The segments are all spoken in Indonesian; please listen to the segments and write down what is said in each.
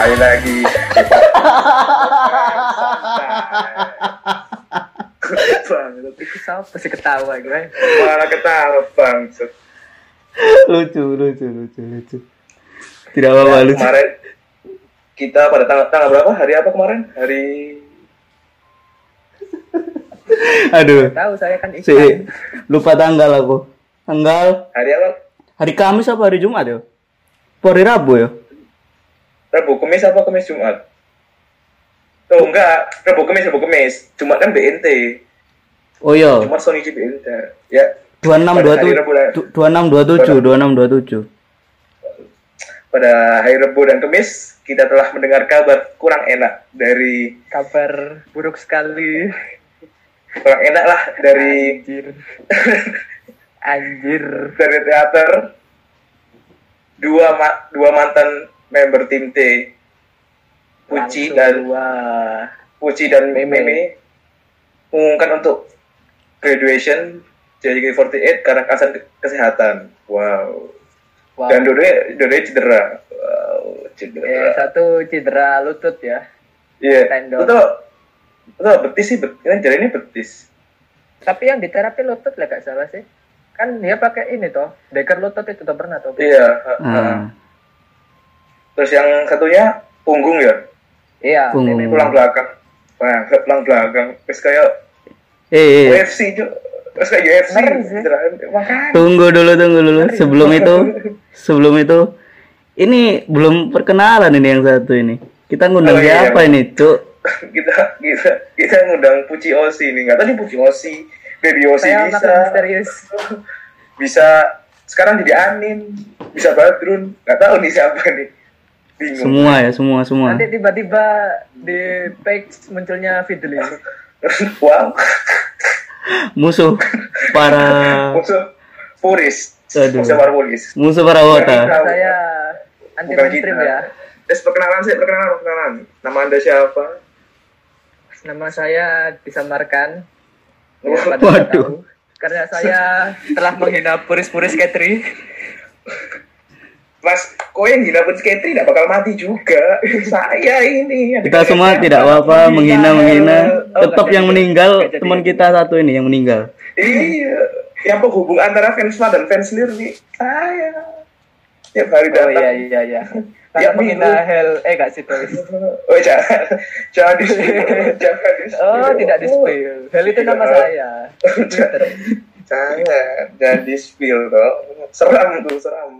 kembali lagi. Bang, Itu siapa sih ketawa gue? malah ketawa bang. lucu. Tidak apa-apa lucu. Kemarin kita pada tanggal berapa? Hari apa kemarin? Hari Aduh. Tahu saya kan Si, ikan. lupa tanggal aku. Tanggal hari apa? hari Kamis apa hari Jumat ya? Apa hari Rabu ya? Rabu, Kamis apa Kamis Jumat? Oh enggak, Rabu Kamis. Jumat kan BNT. Oh iya. Jumat Sony BNT. Ya. 2627. Pada hari Rabu dan Kamis kita telah mendengar kabar kurang enak dari Kabar buruk sekali. kurang enak lah dari Anjir. dari teater dua mantan member tim T Puci dan Meme mengumumkan untuk graduation JKT48 karena alasan kesehatan. Wow. Dan dua-duanya cedera. Wow, cedera. Satu cedera lutut ya. Iya. Tendon. Betul, betis sih, kan jadinya betis. Tapi yang diterapi lutut lah gak salah sih. Kan dia pakai ini toh, deker lutut itu toh pernah toh. Iya. Terus yang satunya punggung ya? Iya, Punggung. Tulang belakang. Wah, tulang belakang. Terus kayak UFC juga. Terus kayak UFC. Ngeri sih. Makanya. Tunggu dulu. Sebelum itu ini belum perkenalan ini yang satu ini. Kita ngundang siapa ini, Cuk? kita ngundang Puci Osi nih. Enggak tahu nih Puci Osi, Baby Osi Saya bisa. misterius. Bisa sekarang jadi Anin, bisa Badrun. Enggak tahu nih siapa nih. Bingung. Semua. Nanti tiba-tiba di page munculnya Fidli. Wow. Musuh para Musuh Puris. Aduh. Musuh para Puris. musuh para wota. Saya anti Bukan mainstream kita. ya. Perkenalan. Nama Anda siapa? Nama saya disamarkan. Oh, Pada waduh. tahu. Karena saya telah menghina puris-puris Katri. Mas, kau yang hina pun skateri tidak bakal mati juga. Saya ini. Kita semua tidak apa-apa menghina. Tetap yang meninggal teman kita satu ini yang meninggal. Iya. Yang penghubung antara fans dan fans sendiri saya. Tiap hari Oh datang. iya. Ya, Karena menghina gak sih tulis. Oh jangan di spill. Oh tidak di spill. Hell itu nama saya. Jangan di spill toh. Seram.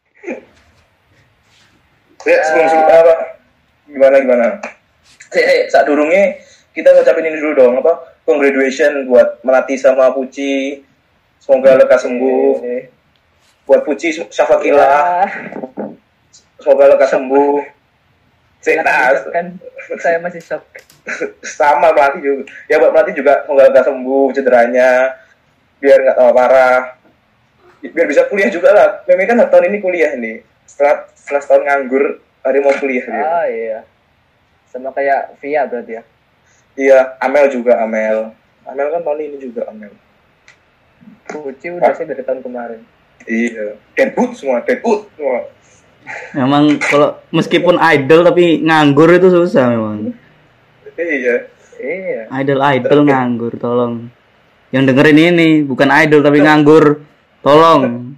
Ya, sebelum apa? Gimana? Saat durungnya kita ngucapin ini dulu dong, apa? Congratulations buat Melati sama Puci. Semoga lekas sembuh. Buat Puci Syafakila. Semoga lekas sembuh. Kan saya masih shock. Sama Melati juga. Ya buat Melati juga semoga lekas sembuh cederanya. Biar nggak tambah parah. Biar bisa kuliah juga lah. Meme kan tahun ini kuliah nih. Setelah setahun nganggur, hari mau kuliah dia. Ah iya. Sama kayak Via berarti ya. Iya, Amel kan tahun ini juga Amel. Puci udah sih dari tahun kemarin. Iya, debut semua. Memang kalau meskipun idol tapi nganggur itu susah memang. Iya. Idol nganggur, tolong. Yang dengerin ini bukan idol tapi nganggur, tolong.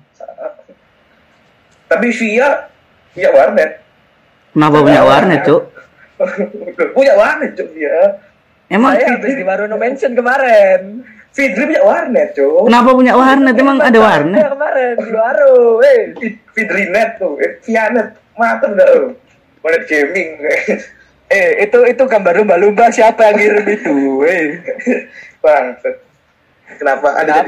Tapi Via punya warnet. Kenapa punya warnet, Cuk? Punya warnet, Cuk, dia. Emang Saya habis di Baru No Mention kemarin. Fidri punya warnet, Cuk. kenapa punya warnet? Emang ada warnet? Kemarin di Baru. Fidrinet tuh, Vianet. Mantap dah, warnet gaming. Itu gambar lumba-lumba siapa yang ngirim itu? Bang, kenapa Anda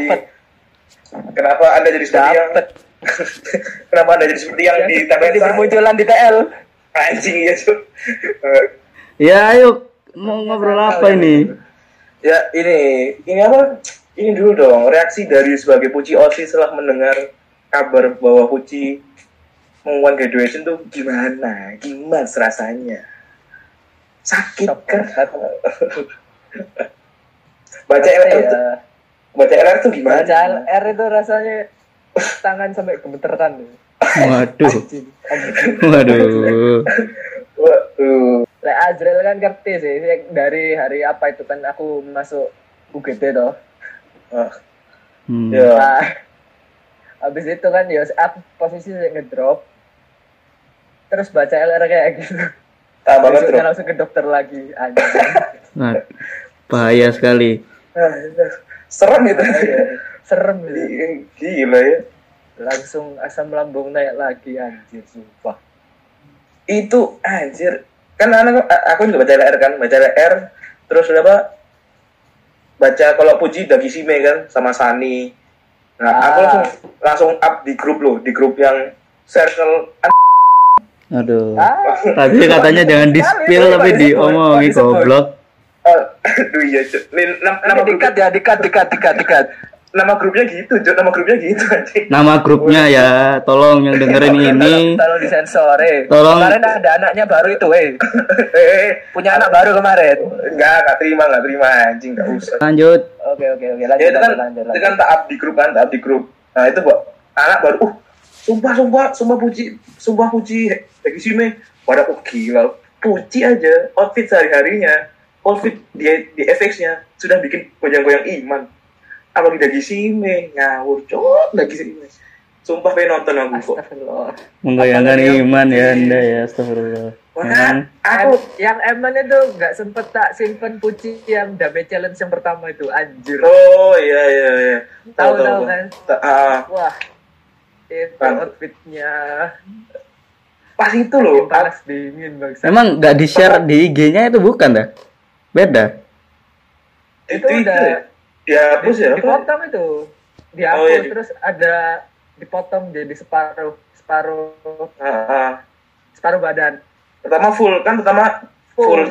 jadi seperti yang kenapa Anda jadi seperti yang di di bermunculan di TL. Anjing ya, Cuk. Ya, ayo mau ngobrol apa ini? Ya, ini apa? Ini dulu dong, reaksi dari sebagai Puci Osi setelah mendengar kabar bahwa Puci mengumumkan graduation tuh gimana rasanya? Sakit kan? Baca LR tuh gimana? Baca LR itu rasanya tangan sampai gemeteran. Waduh. Lek Azril kan ngerti sih dari hari apa itu kan aku masuk UGD toh. Ya. Nah, habis itu kan ya aku posisi ngedrop. Terus baca LR kayak gitu. Banget Besoknya langsung ke dokter lagi. Anjing. Nah, bahaya sekali. Serem itu. Serem gitu. Gila ya. Langsung asam lambung naik lagi anjir sumpah. Itu anjir. Kan aku juga baca LR kan, baca LR terus apa? Baca kalau Puji Dagisime kan sama Sani. Nah, aku langsung up di grup loh, di grup yang circle. Aduh. Tadi katanya jangan di-spill tapi diomongi goblok. Aduh iya, Cuk. Nama dikat ya, dikat. Nama grupnya gitu, Cuk. Nama grupnya gitu anjing. Nama grupnya ya, tolong yang dengerin ini. Tolong disensor, Tolong. Kemarin ada anaknya baru itu, Punya anak baru kemarin. Enggak terima anjing, enggak usah. Lanjut. Oke, lanjut. Ya, itu kan tak up di grup kan, tak up di grup. Nah, itu buat anak baru, sumpah Puji, Dagisime. Pada gila, Puji aja, outfit sehari-harinya, outfit di FX-nya sudah bikin goyang-goyang iman. Apalagi Dagisime, ngawur, cok, Dagisime. Sumpah pengen nonton aku kok. Astagfirullah. Menggoyangkan iman ya Anda ya, astagfirullah. Aku yang Eman itu nggak sempet tak simpen Puji yang damage challenge yang pertama itu anjir. Oh iya. Tahu kan? Wah. Itu Kan. outfitnya Pas itu loh. panas dingin bangsa. Emang nggak di-share di IG-nya itu bukan dah? Beda. Itu udah dihapus ya? dipotong itu. Dihapus Oh, iya. terus ada dipotong jadi separuh badan. Pertama full Full.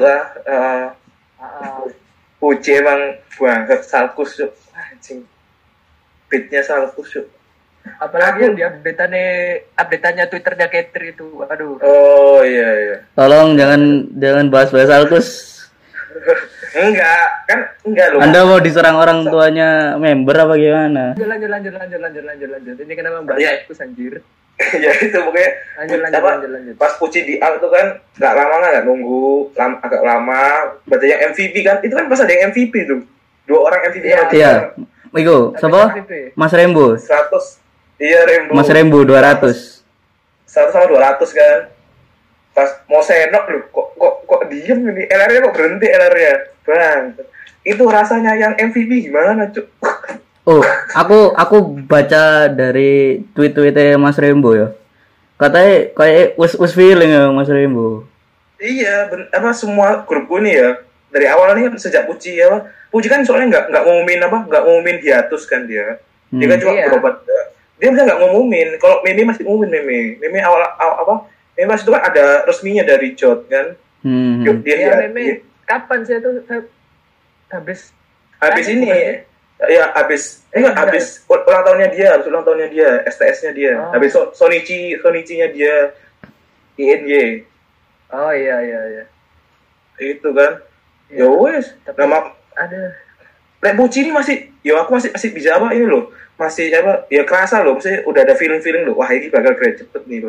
Puji emang banget Salkus yuk. Anjing. Beatnya Salkus yuk. Apalagi yang di update-annya Twitternya Katri itu. Aduh. Oh iya. Tolong jangan bahas-bahas Alkus. Enggak loh. Anda mau diserang orang tuanya member apa gimana? Lanjut. Ini kenapa bahas Iya. Alkus anjir? Ya itu pokoknya Lanjut. pas Puji di out tuh kan nggak nunggu agak lama baca yang MVP kan itu kan pas ada yang MVP tuh 2 orang MVP Iya. Iku, siapa? Mas Rembo. 100 iya Rembo Mas Rembo 200. 100 sama 200 kan pas mau senok loh kok diem ini LR-nya kok berhenti LR-nya bang itu rasanya yang MVP gimana cuk. Oh, aku baca dari tweet-tweetnya Mas Rembo ya. Katanya kayak was feeling ya Mas Rembo. Iya, semua grupku nih ya dari awal nih sejak Puji kan soalnya nggak ngumumin hiatus kan dia kan cuma berobat dia bisa nggak ngumumin kalau Meme masih ngumumin Meme awal Meme pas itu kan ada resminya dari Jot kan Meme kapan sih itu habis ini ya habis ulang tahunnya dia STS-nya dia habis Sonichi-nya dia INY. Oh iya. Itu kan ya wes nama ada Lek Puji ini aku masih bisa ini loh masih ya kerasa loh maksudnya udah ada feeling loh wah ini bakal grade cepet nih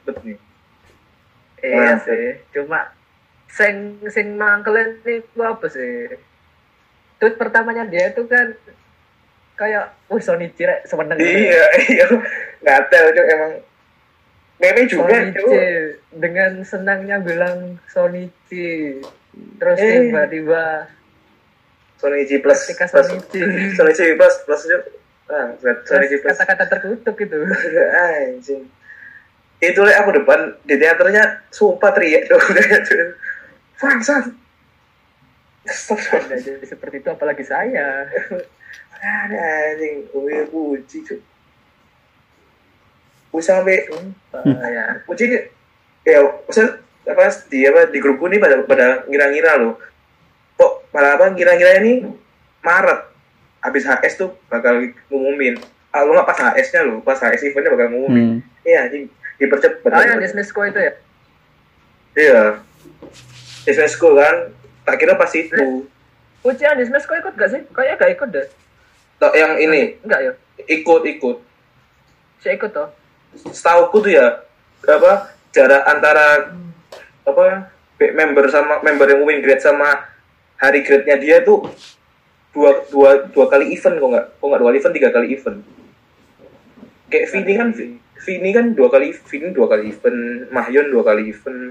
iya sih cuma sing mangkelen itu apa sih tweet pertamanya dia itu kan kayak Sonichi rek sebenarnya iya ngatel cuk emang Meme juga Sonichi dengan senangnya bilang Sonichi terus tiba-tiba Sonichi plus Sonichi plus Sonichi plus kata-kata terkutuk itu anjing itu lek aku depan di teaternya sumpah teriak dong Fangsat jadi seperti itu apalagi saya ada anjing Puji cuk sampai ya Puji ya maksudnya di grupku nih pada ngira-ngira loh kok malah ngira-ngira ini Maret habis HS tuh bakal ngumumin lu nggak pas HS-nya loh pas HS eventnya bakal ngumumin iya anjing dipercepat yang Dismesko itu ya iya Dismesko kan tak kira pas itu Puji yang Dismesko ikut gak sih? Kayaknya gak ikut deh yang ini enggak ya? ikut Saya ikut toh setauku tuh ya jarak antara member yang win grade sama hari grade-nya dia tuh dua kali event kok nggak 2 kali event 3 kali event. Kayak Vini kan 2 kali event, Mahyon 2 kali event.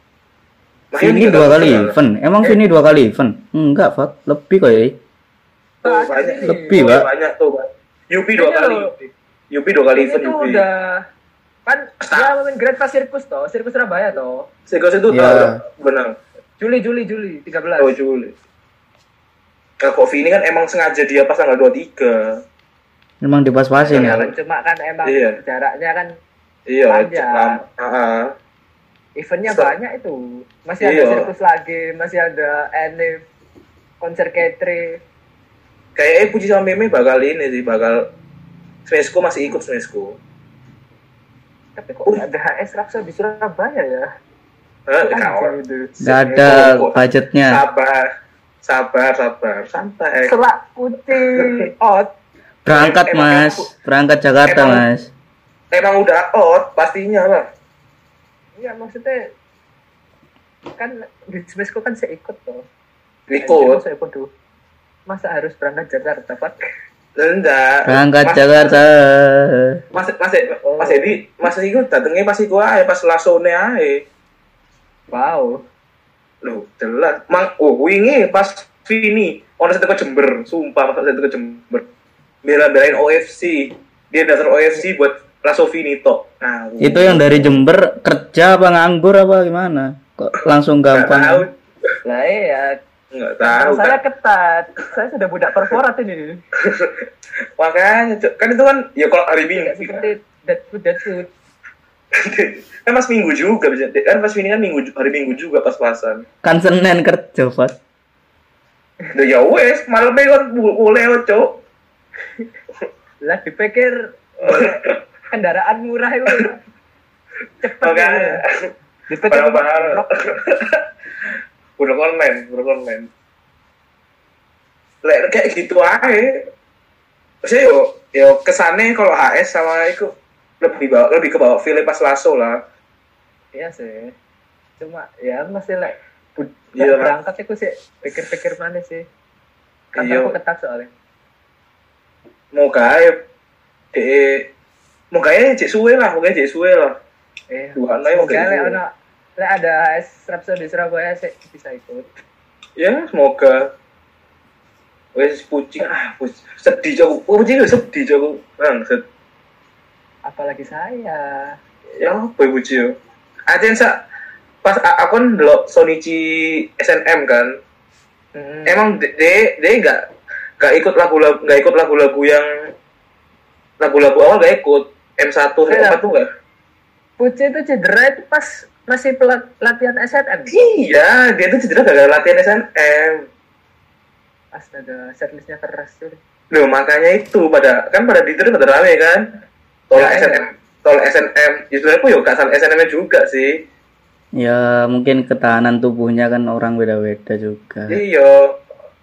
Vini 2 kali event. Emang Vini 2 kali event? Enggak, Fat. Lebih kok ya. Banyak. Lebih, Pak. Banyak tuh, Pak. Yupi 2 kali. Yupi 2 kali event itu Yupi. udah kan dia main grade pas sirkus Surabaya toh. Sirkus itu Ya. benar. Juli 13. Oh, Juli. Nah, kok Vini kan emang sengaja dia pas tanggal 23. Emang dipas-pasin ya. Cuma kan emang Iya. jaraknya kan Iya, panjang. Heeh. Eventnya banyak itu. Masih ada Iya. sirkus lagi, masih ada NF, konser catering. Kayaknya Puji sama Meme bakal Smesco masih ikut Smesco. Tapi kok nggak ada HS Rapsa di Surabaya ya? Kawan. Enggak ada budgetnya. Sabar, santai. Selak putih out. Berangkat, Mas. Berangkat Jakarta, Mas. Emang udah out, pastinya lah. Iya maksudnya kan di Smesco kan saya ikut toh. Ikut. Saya ikut tuh. Masa harus berangkat Jakarta, Pak? Enggak. Berangkat Jakarta. Mas Edi, Mas iku datengnya pas iku ae, pas lasone ae. Wow. Loh, jelas. Wingi pas Vini, ono sing teko Jember, sumpah pas sing teko Jember. Bela-belain OFC. Dia dasar OFC buat Lasso Vini tok. Nah, Itu yang dari Jember kerja apa nganggur apa gimana? Kok langsung nggak tahu. gampang? Lah iya. Enggak tahu. Saya Kan. ketat. Saya sudah budak korporat ini. Makanya kan itu kan ya kalau hari Tidak Minggu seperti that food. kan pas Minggu juga bisa. Kan pas Vini kan hari Minggu juga pas-pasan. Kan Senin kerja, Fat. Ya wes, malamnya kan boleh cok. Lah dipikir kendaraan murah itu cepet. Makanya. Dipikir Parah-parah. Udah online. Lek kayak gitu aja. Saya yo kesannya kalau HS sama itu lebih ke bawah feel pas Lasso lah. Iya sih. Cuma ya masih Iya, berangkat itu sih pikir-pikir mana sih. Kan Iya. aku ketat soalnya. Mau kayak cek suwe lah. Dua anak yang semoga kayak lek ada HS Rapsa di Surabaya sih bisa ikut. ya semoga. Wes Puji sedih jauh. Puji lu sedih jauh. Bangset. Apalagi saya. Ya apa Puji yo. Aden pas aku kan delok Sonichi SNM kan. Emang dia nggak ikut lagu-lagu yang lagu-lagu awal nggak ikut M1 M4 tuh nggak. Puji itu cedera itu pas masih latihan SNM. Iya, dia tuh cedera gara-gara latihan SNM. Astaga, setlistnya keras tuh. Loh makanya itu pada diter pada rame kan. Tol SNM. Ya sebenarnya aku gak salah SNM juga sih. Ya mungkin ketahanan tubuhnya kan orang beda-beda juga. Iya.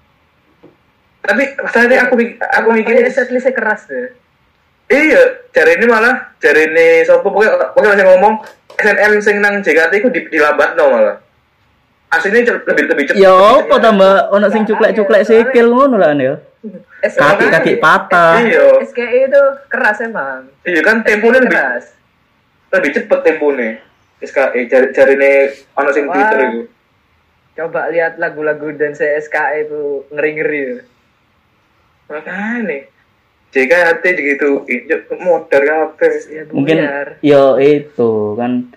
Tapi masalahnya aku mikirnya setlistnya keras deh. iya, cari ini sopo pokoknya masih ngomong SNM sing nang JKT iku dilambatno malah. Aslinya lebih cepat. Ya apa tambah ono sing cuklek-cuklek sikil ngono lah ya. Kaki patah. Iya. SKI itu keras emang. Iya kan temponya lebih cepet temponya. SKI jarine ono sing Twitter iku. Coba lihat lagu-lagu dance SKI itu ngeri-ngeri. Makanya JKT gitu, modern kabeh. Ya, Mungkin ya itu kan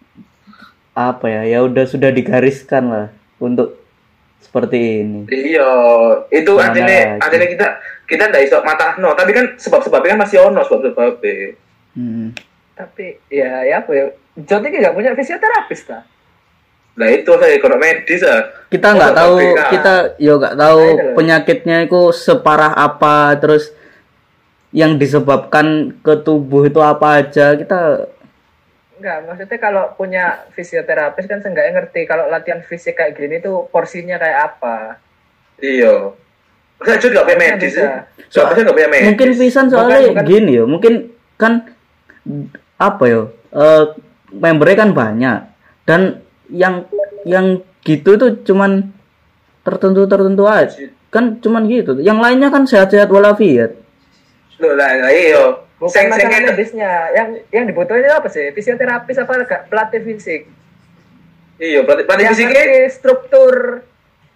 apa ya udah sudah digariskan lah untuk seperti ini. Iya, itu artinya kita ndak iso matahno, tapi kan sebab-sebabnya kan masih ono sebab-sebabnya. Tapi ya apa ya? Jody nggak punya fisioterapis ta? Nah itu saya kalau medis Kita nggak tahu, nggak tahu penyakitnya itu separah apa, terus yang disebabkan ke tubuh itu apa aja kita. Enggak, maksudnya kalau punya fisioterapis kan seenggaknya ngerti kalau latihan fisik kayak gini tuh porsinya kayak apa. Iya. Saya juga nggak punya medis sih. Soalnya nggak punya medis. Mungkin pisan soalnya bukan. Gini ya, mungkin kan apa ya, membernya kan banyak dan yang yang gitu tuh cuman tertentu aja. Kan cuman gitu. Yang lainnya kan sehat-sehat walafiat. Loh lah iya. Bukan masalah medisnya. Yang dibutuhin itu apa sih? Fisioterapis apa enggak? Pelatih fisik. Iya, pelatih fisiknya struktur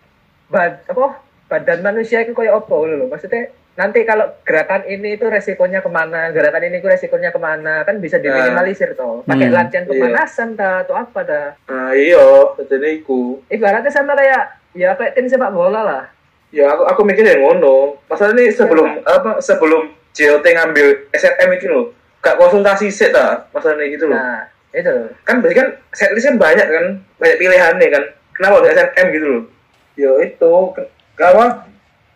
badan manusia itu kayak apa loh. Maksudnya nanti kalau gerakan ini itu resikonya kemana, gerakan ini itu resikonya kemana, kan bisa diminimalisir toh. Pakai latihan pemanasan atau apa dah. Nah iya, jadi iku. Ibaratnya sama kayak tim sepak bola lah. Ya aku mikirnya ngono. Masalah ini sebelum JOT ngambil SNM itu loh, gak konsultasi set lah masalahnya gitu loh. Nah, itu kan berarti kan setlist kan banyak pilihannya kan. Kenapa harus SNM gitu loh? Ya itu kenapa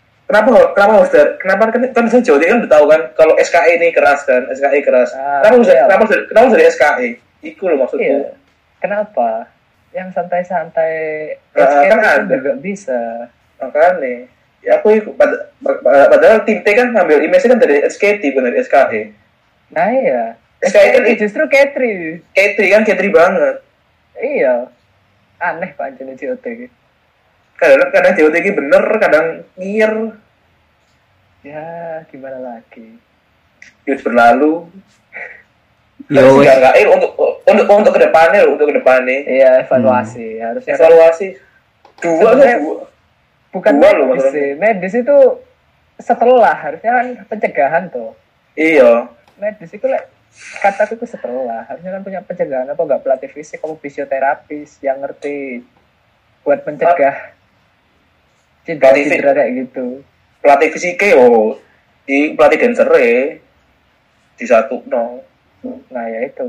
kan saya JOT kan udah tahu kan kalau SKE ini keras kan, SKE keras. Kenapa harus dari SKE? Iku loh maksudku. Iya. Kenapa? Yang santai-santai kan ada juga bisa. Makanya ya aku ikut padahal tim T kan ngambil image kan dari SKT bukan dari SKE. Nah iya. SKE kan justru Katri kan Katri banget. Iya. Aneh Pak jenis JOT. Kadang JOT ini bener, kadang ngir. Ya gimana lagi. Terus berlalu. Yo untuk kedepannya. Iya evaluasi harusnya. Evaluasi. Dua. Bukan medis sih. Medis itu setelah harusnya kan pencegahan tuh. Iya. Medis itu kataku itu setelah harusnya kan punya pencegahan apa enggak pelatih fisik atau fisioterapis yang ngerti buat mencegah cedera kayak gitu. Pelatih fisiknya di pelatih dancer di satu no. Nah ya itu.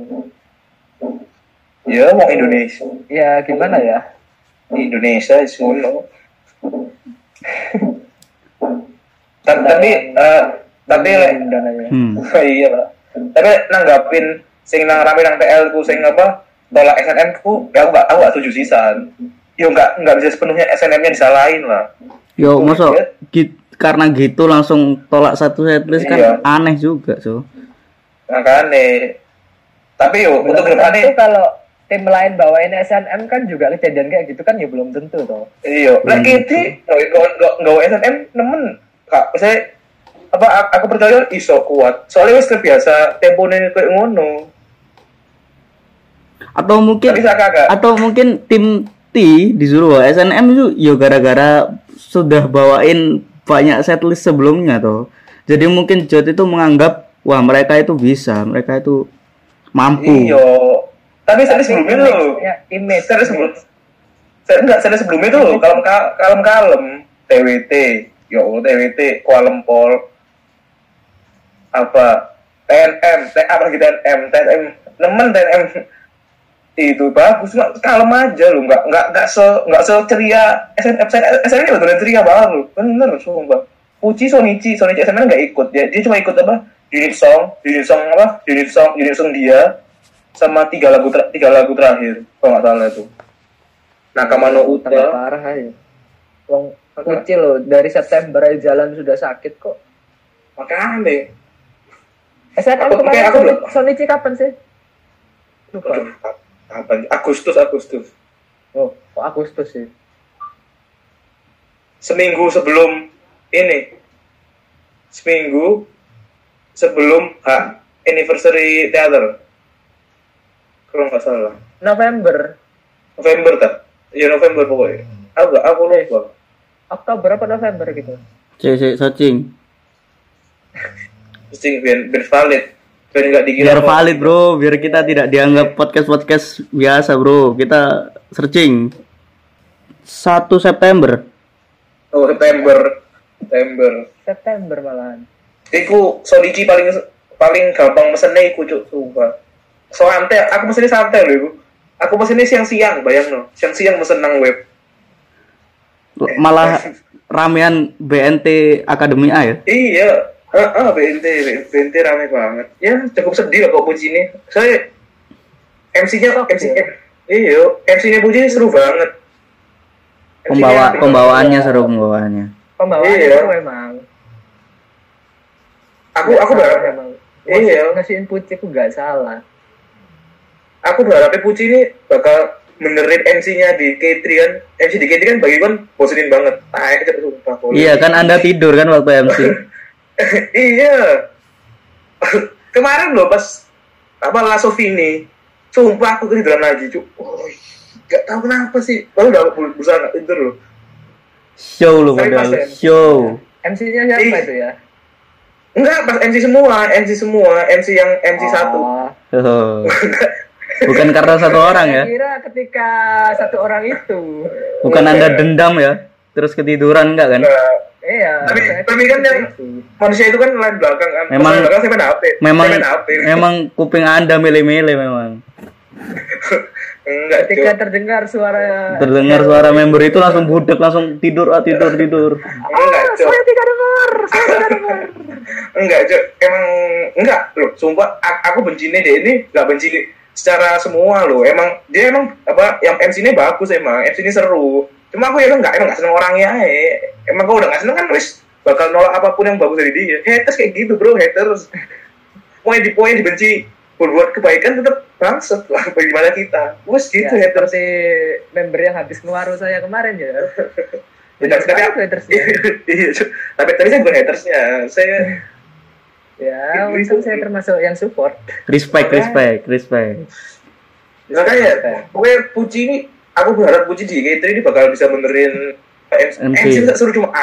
Ya mau Indonesia. Ya gimana ya? Indonesia suno. tapi iya Pak. Tapi nanggapin sing nang rame nang TL ku sing apa tolak SNM ku ya aku gak setuju sisan. Yo enggak bisa sepenuhnya SNM-nya disalahin lah. Yo masa karena gitu langsung tolak satu setlist kan aneh juga so. Makanya tapi untuk kedepannya kalau tim lain bawain SNM kan juga kejadian kayak gitu kan ya belum tentu toh. Iya. Lah kita nggak SNM nemen kak. Saya aku percaya iso kuat. Soalnya wis terbiasa tempone kayak ngono. Atau mungkin tim T disuruh SNM itu ya gara-gara sudah bawain banyak setlist sebelumnya toh. Jadi mungkin Jot itu menganggap wah mereka itu bisa, mereka itu mampu. Iya. Tapi saya sebelumnya tuh, saya sebelumnya tuh kalem TWT, TWT, Kualem Pol, apa TNM, TNM, nemen TNM itu bagus, kalem aja loh, nggak ceria SNM beneran ceria banget loh, bener sumpah. Puji Sonichi SNM nggak ikut, dia cuma ikut apa? Unit song dia. Sama tiga lagu terakhir kalau nggak salah itu Nakamano Uta parah ya wong Uci loh dari September aja jalan sudah sakit kok makanya SNM kemarin Sonichi kapan sih lupa kapan Agustus oh kok Agustus sih seminggu sebelum anniversary teater kalau nggak salah November tak? Ya November pokoknya. Aku lupa. Oktober apa November gitu? Searching biar valid. Biar valid bro, biar kita tidak dianggap podcast biasa bro. Kita searching 1 September. Oh September malahan. Iku Sonichi paling gampang mesennya iku cuk sumpah. Santai, aku mesennya santai loh ibu. Aku mesennya siang-siang, bayang no. Siang-siang mesen nang web. Malah ramean BNT Akademi A ya? Iya, BNT rame banget. Ya cukup sedih lah kok Puji ini. Saya MC-nya Puji seru banget. Pembawaannya seru pembawaannya. Seru memang. Aku berharap ngasihin Puji aku nggak salah. Aku berharapnya Puji ini bakal benerin MC-nya di K3 kan. MC di K3 kan bagi kan bosenin banget. Sumpah. Iya kan Anda tidur kan waktu MC. Iya. Kemarin loh pas Last of ini, sumpah aku ketiduran lagi, Cuk. Oh, gak tahu kenapa sih. Baru udah berusaha nggak tidur loh. Show lu modal. Show. MC-nya siapa itu ya? Enggak, pas MC semua, MC yang MC satu. Oh. Bukan karena satu orang ya? Saya kira ketika satu orang itu. Bukan Anda dendam ya? Terus ketiduran enggak kan? Iya. Tapi kan yang manusia itu kan lain belakang kan. Memang saya main HP. Memang kuping Anda milih-milih memang. Enggak, ketika terdengar suara member itu langsung budek, langsung tidur. Enggak, saya tidak dengar. Enggak, Cok. Emang enggak loh, sumpah aku bencinya deh ini enggak benci secara semua loh. Emang dia emang yang MC-nya bagus emang. MC ini seru. Cuma aku emang enggak seneng orangnya. Emang kalau udah enggak seneng kan wis bakal nolak apapun yang bagus dari dia. Haters kayak gitu, bro, haters. Poin dibenci buat kebaikan tetap bangsat lah bagaimana kita. Wes gitu ya, seperti member yang habis ngewaru saya kemarin ya. Tapi saya bukan hatersnya. Saya ya, untung saya termasuk yang support. Respect. Makanya pokoknya Puji ini, aku berharap Puji di K3 ini bakal bisa benerin MC seru cuma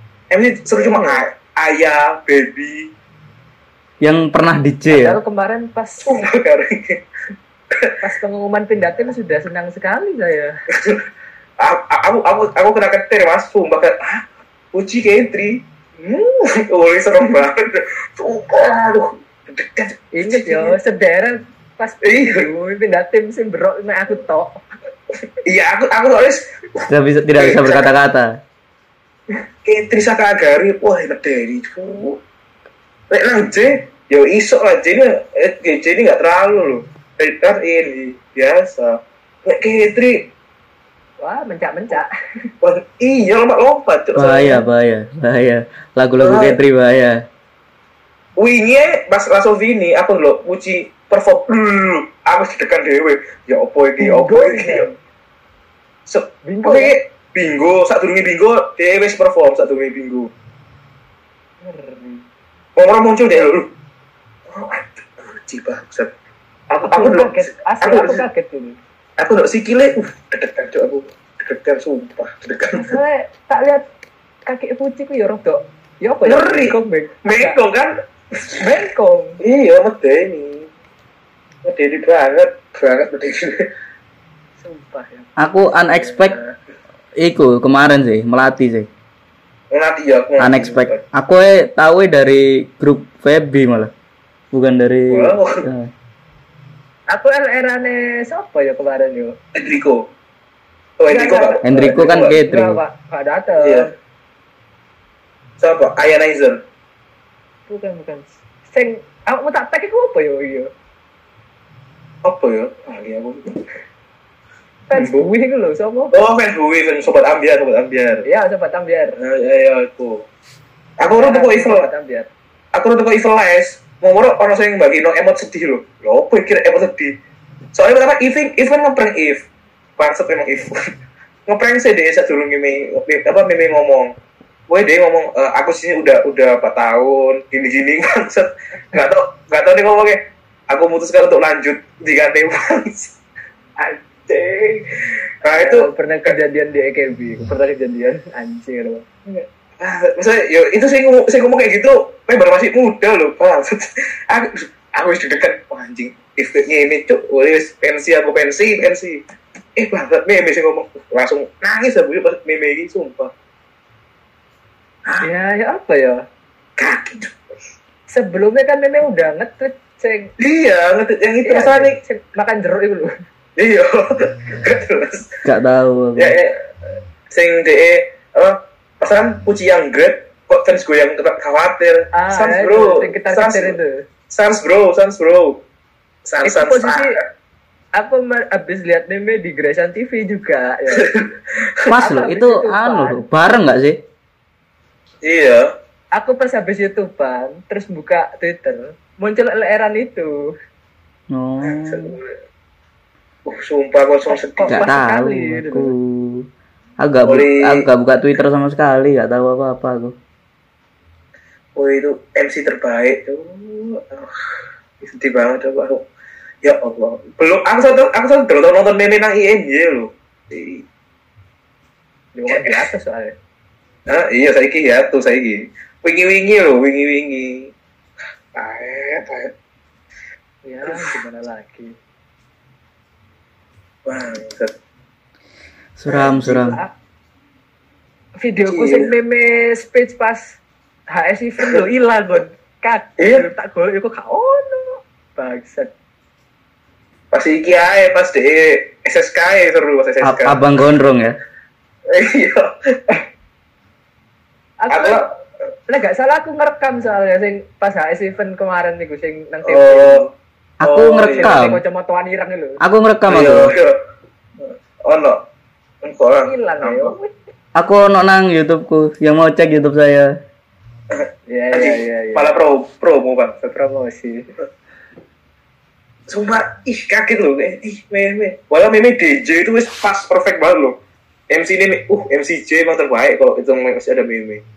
Ayah, Baby yang pernah DJ ya. Baru kemarin pas pengumuman pindah tim sudah senang sekali saya. aku kena ketir mas, sumpah kan. Puji K3. Serem banget. Aduh, dekat. Ingat yo, sederet pas pindah tim sih berok aku tok. Iya, aku harus tidak bisa berkata-kata. K3 Sakagari, wah medeni tuh. Lek nang J, yo iso lah J ini nggak terlalu loh. Kan ini biasa. Lek K3, wah mencak. wah iya lompat. Bahaya. Lagu-lagu K3 bahaya. Wingi pas Last of ini aku lho Puji perform. Aku sedekan dewe. Ya opo iki? Bingo, sadurunge bingo dhewe wis perform sadurunge bingo. Orang muncul deh lu. Cipa, aku kaget. Aku kaget dulu. Aku nggak sikile, deg-degan cok aku, deg-degan sumpah, deg-degan. Saya tak lihat kaki Puji ku ya rodok. Ya apa ya? Bengkong kan? Bengkong. Iya, medeni banget medeni. Sumpah ya. Aku unexpected. Iku kemarin sih, melatih sih. Unexpected. Aku tahu dari grup Feby malah, bukan dari. Wow. Aku LR-ane siapa ya kemarin yo? Enrico kan K3. Enggak datang. Iya. Siapa? Ionizer. Bukan. Sing aku tak tag iku apa yo iya? Apa ya? Iya aku. Fans Bui itu loh, siapa? Oh, fans Bui, Sobat Ambiar. Iya, Sobat Ambiar. Iya, aku. Aku udah toko evil les. Mau orang sing bagino emot sedih loh. Ya apa kira emot sedih? Soalnya pertama Even ngeprank If. Bangsat memang If. Ngeprank CD sadurunge meme ngomong. Woi dia ngomong aku sini udah 4 tahun gini bangsat. Enggak tahu dia ngomongnya. Aku memutuskan untuk lanjut diganti bangsat. Nah itu pernah kejadian di AKB, anjing apa? Misalnya, itu saya ngomong kayak gitu, member masih muda loh, Pak. Aku wis dekat, anjing, ifnya ini cuk, wis pensi. Banget meme saya ngomong, langsung nangis aku pas meme ini, sumpah. Ya apa ya? Kaki. Sebelumnya kan meme udah nge-tweet sing. Iya, nge-tweet yang itu masalah nih, makan jeruk itu loh. Iya, gak tahu. Ya, sing DE pasaran Puji yang great, kok fans gue yang khawatir. Sans bro. Itu posisi aku habis lihat meme di Grayson TV juga. Ya. Pas loh, itu bareng nggak sih? Iya. Aku pas habis YouTubean, terus buka Twitter, muncul LR-an itu. Oh. Sumpah kosong sedih. Gak tahu sekali, aku. Agak buka Twitter sama sekali, gak tahu apa-apa aku. Oh itu MC terbaik tuh. Sedih banget coba aku. Ya Allah. Belum aku satu nonton Meme nang INY loh. Luar biasa soalnya. Ah iya saiki ya tuh saiki. Wingi-wingi loh, wingi-wingi. Taet. Ya gimana lagi. Wah, Suram. Videoku sing meme speech pas HS event lo ilang kon. Iya. Tak golek kok gak ono. Bangsat. Pas iki ae pas de SSK seru pas SSK. Abang gondrong ya. Iya. Aku lah gak salah aku ngerekam soalnya sing pas HS event kemarin niku sing nang TV. Aku ngerekam. Kacamataan ireng lho. Aku ngerekam aku. Iya. Ono. Engko lah. Ilang ya. Aku nang YouTubeku yang mau cek YouTube saya. Iya. Malah promo Bang. Promosi. Sumpah, kaget loh, meme. Walau meme DJ itu wis pas perfect banget loh. MC ini, MCJ emang terbaik kalau itu masih ada meme.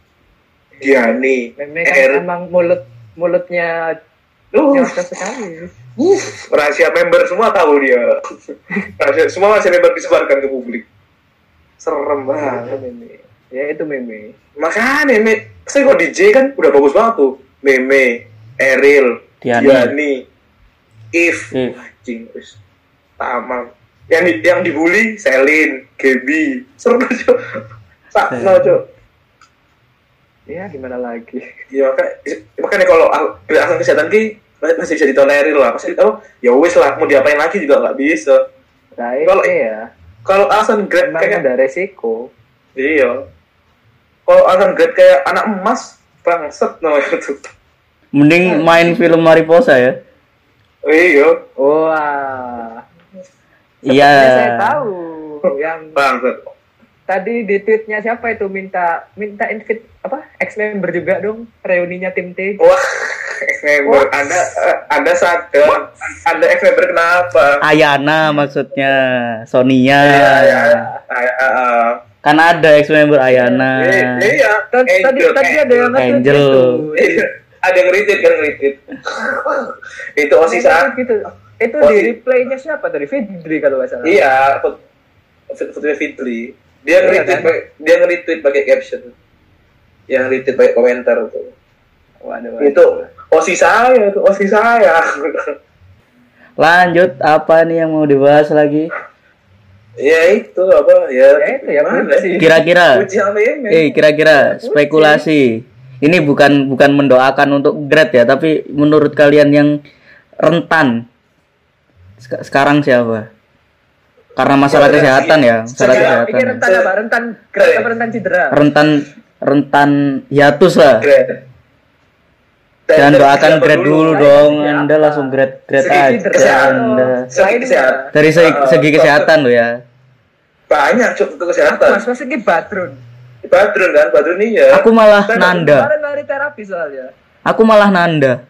Gianni, Meme kan emang mulutnya nyata sekali. Rahasia member semua tahu dia. Semua rahasia member disebarkan ke publik. Serem banget. Meme. Ya itu meme. Makanya meme, saya kok DJ kan udah bagus banget tuh. Meme, Eril, Gianni. If anjing wis tamam. Yang dibully Selin, Gaby. Seru aja. Sakno, Cuk. Ya gimana lagi? Ya makanya kalau alasan kesehatan ki masih bisa ditolerir lah. Pasti ya wis lah mau diapain lagi juga nggak bisa. Nah, kalau alasan grade kayak ada resiko. Iya. Kalau alasan grade kayak anak emas bangset namanya tuh. Mending main film Mariposa ya. Iya. Wah. Iya. Saya tahu yang bangset. Tadi di tweetnya siapa itu minta invite ex member juga dong reuninya tim T. Wah, ex member. Anda sadar? Anda ex member kenapa? Ayana maksudnya, Sonia. Iya. Kan ada ex member Ayana. Iya. Tadi ada yang Angel. Ada yang ngeritit. Itu OSIS gitu. Itu di replaynya siapa tadi? Fitri kalau nggak salah. Iya, Fitri. Dia nge-retweet pakai caption. Yang retweet pakai komentar tuh. Waduh. Itu OSIS saya. Lanjut, apa nih yang mau dibahas lagi? Ya itu apa? Ya itu ya mana sih? Kira-kira spekulasi. Ini bukan mendoakan untuk grade ya, tapi menurut kalian yang rentan sekarang siapa? Karena masalah kesehatan ya, masalah kesehatan. Rentan apa? Rentan grade apa rentan cedera? Rentan hiatus lah. Jangan doakan grade dulu dong, Anda langsung grade aja Anda. Dari segi kesehatan lo ya. Banyak cukup kesehatan. Mas ini Badrun nih ya. Aku malah Nanda. Kemarin lari terapi soalnya. Aku malah Nanda.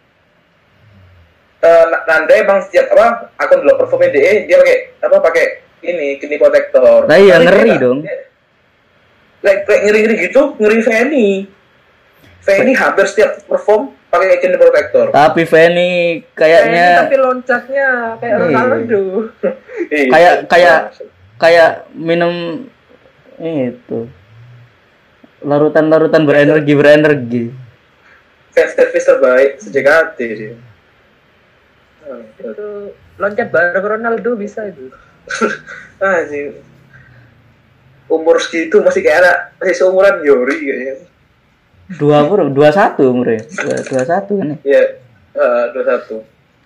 Nanda emang setiap akun blog perform dia pakai ini kidney protector. Lah iya ngeri dong. Kayak ngeri gitu, ngeri Fanny hampir setiap perform pakai kidney protector. Tapi Fanny kayaknya tapi loncatnya kayak Ronaldo. kayak minum itu. Larutan berenergi. Service terbaik sejak sih. Itu loncat bareng Ronaldo bisa itu. Anjing. Umur segitu masih kayak anak seumuran Yori kayaknya. 21 umurnya. 21 kan ya? Iya, 21.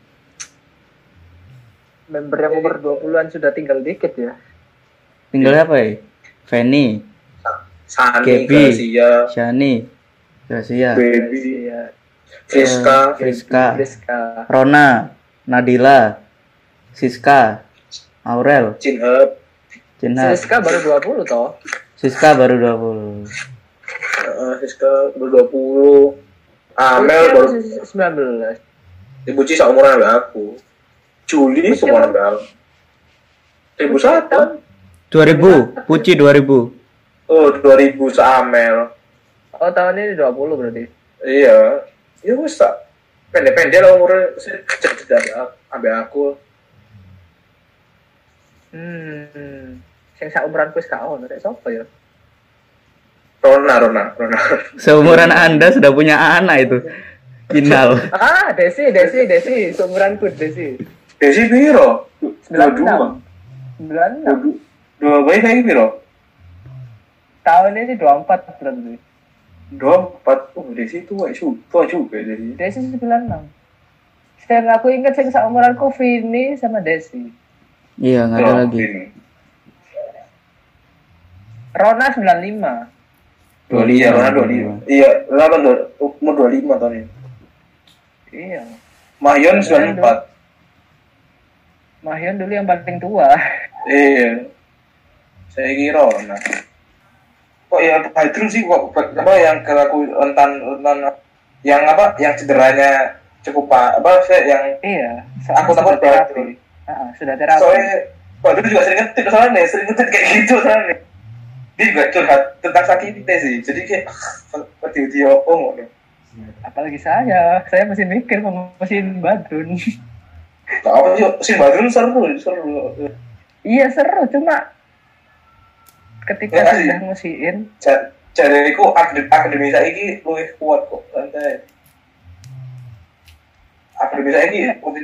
Member yang umur 20-an sudah tinggal dikit ya. Tinggal apa ya? Fanny, Sani, Shani, Gracia, Baby, Friska, Rona, Nadila, Siska, Aurel, Cinhab. Siska baru 20 toh. Siska baru 20. Amel baru 19. Ibu Ci seumuran sama aku. Juli seumuran sama aku. 2001. 2000, Puci 2000. Oh, 2000 seamel. Oh, tahun ini 20 berarti. Iya. Ya wis tak. Pendek-pendek lah umurnya kecil dari ambil aku. Sing sak umuranku wis gak ono, rek sapa ya? Rona. Seumuran Anda sudah punya anak itu. Kinal. Desi, seumuranku Desi. Desi piro? 96. 2 bayi kayak piro? Tahun ini 24 berarti. 24. Oh, Desi tua juga Desi. Desi 96. Sekarang aku ingat sing sak umuranku Vini sama Desi. Iya, enggak ada lagi. Ini. Rona 95. 25. Iya, Rona 25. Iya, Rona umur 25 tahun ini. Iya. Mahyon 94. Mahyon dulu yang paling tua. Iya. Saya kira Rona. Kok ya Badrun sih kok apa yang aku rentan yang apa yang cederanya cukup yang Iya. aku takut Badrun. Sudah terapi. Soalnya Badrun juga sering ngetit kayak gitu soalnya. Dia juga curhat tentang sakitnya sih. Jadi kayak dia ngomong. Apalagi saya masih mikir mau mesin Badrun. Apa sih Badrun seru. Iya seru, cuma ketika ya, sudah musiin jadi aku akademi saiki luwih kuat kok santai. Akademi saiki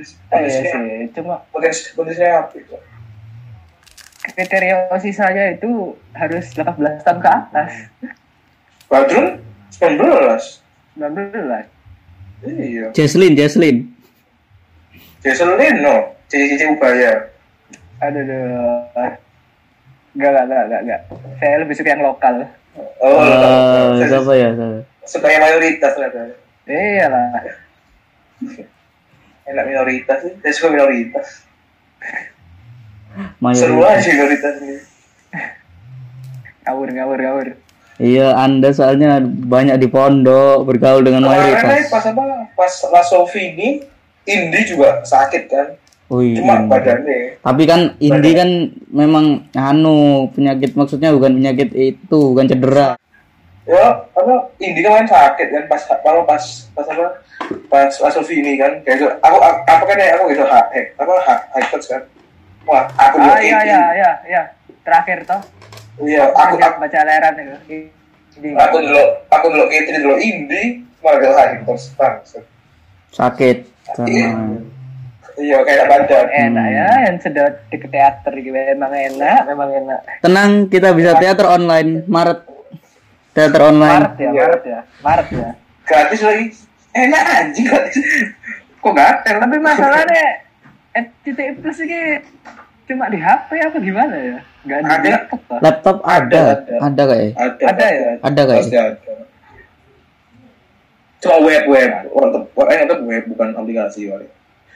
potensinya apa itu? Kriteria OSIS saya itu harus 18 tahun ke atas. Badrun 19. Iya. Jesslyn no. Cici Ubaya. Aduh. Enggak. Saya lebih suka yang lokal. Siapa ya? Suka yang mayoritas ternyata. Iyalah. Enak minoritas sih. Saya suka minoritas. Seru Mayoritas. aja minoritas ini. Ngawur. Iya, Anda soalnya banyak di pondok bergaul dengan mayoritas. Pas Lasofi ini Indi juga sakit kan. Oh iya. Cuma badannya. Tapi kan Indi kan memang penyakit, maksudnya bukan penyakit itu, bukan cedera. Ya, Indi kan sakit kan pas Lasofi ini kan. Kayak aku kan gitu high touch kan. Wah, aku iya. Terakhir toh. Iya, aku baca leran itu. Aku dulu Catherine dulu Indi malah high touch bangsa. Sakit. Iya, kayak badan. Enak ya, yang sedot di teater gitu. Memang enak. Tenang, kita bisa teater online Maret. Teater online. Maret ya. Gratis lagi. Enak anjing gratis. Kok gatel? Tapi masalahnya titik plus ini cuma di HP apa gimana ya? Enggak ada laptop. Laptop ada kayak. Ada ya? Ada kayak. Pasti ada. Cuma web. Untuk web bukan aplikasi kali.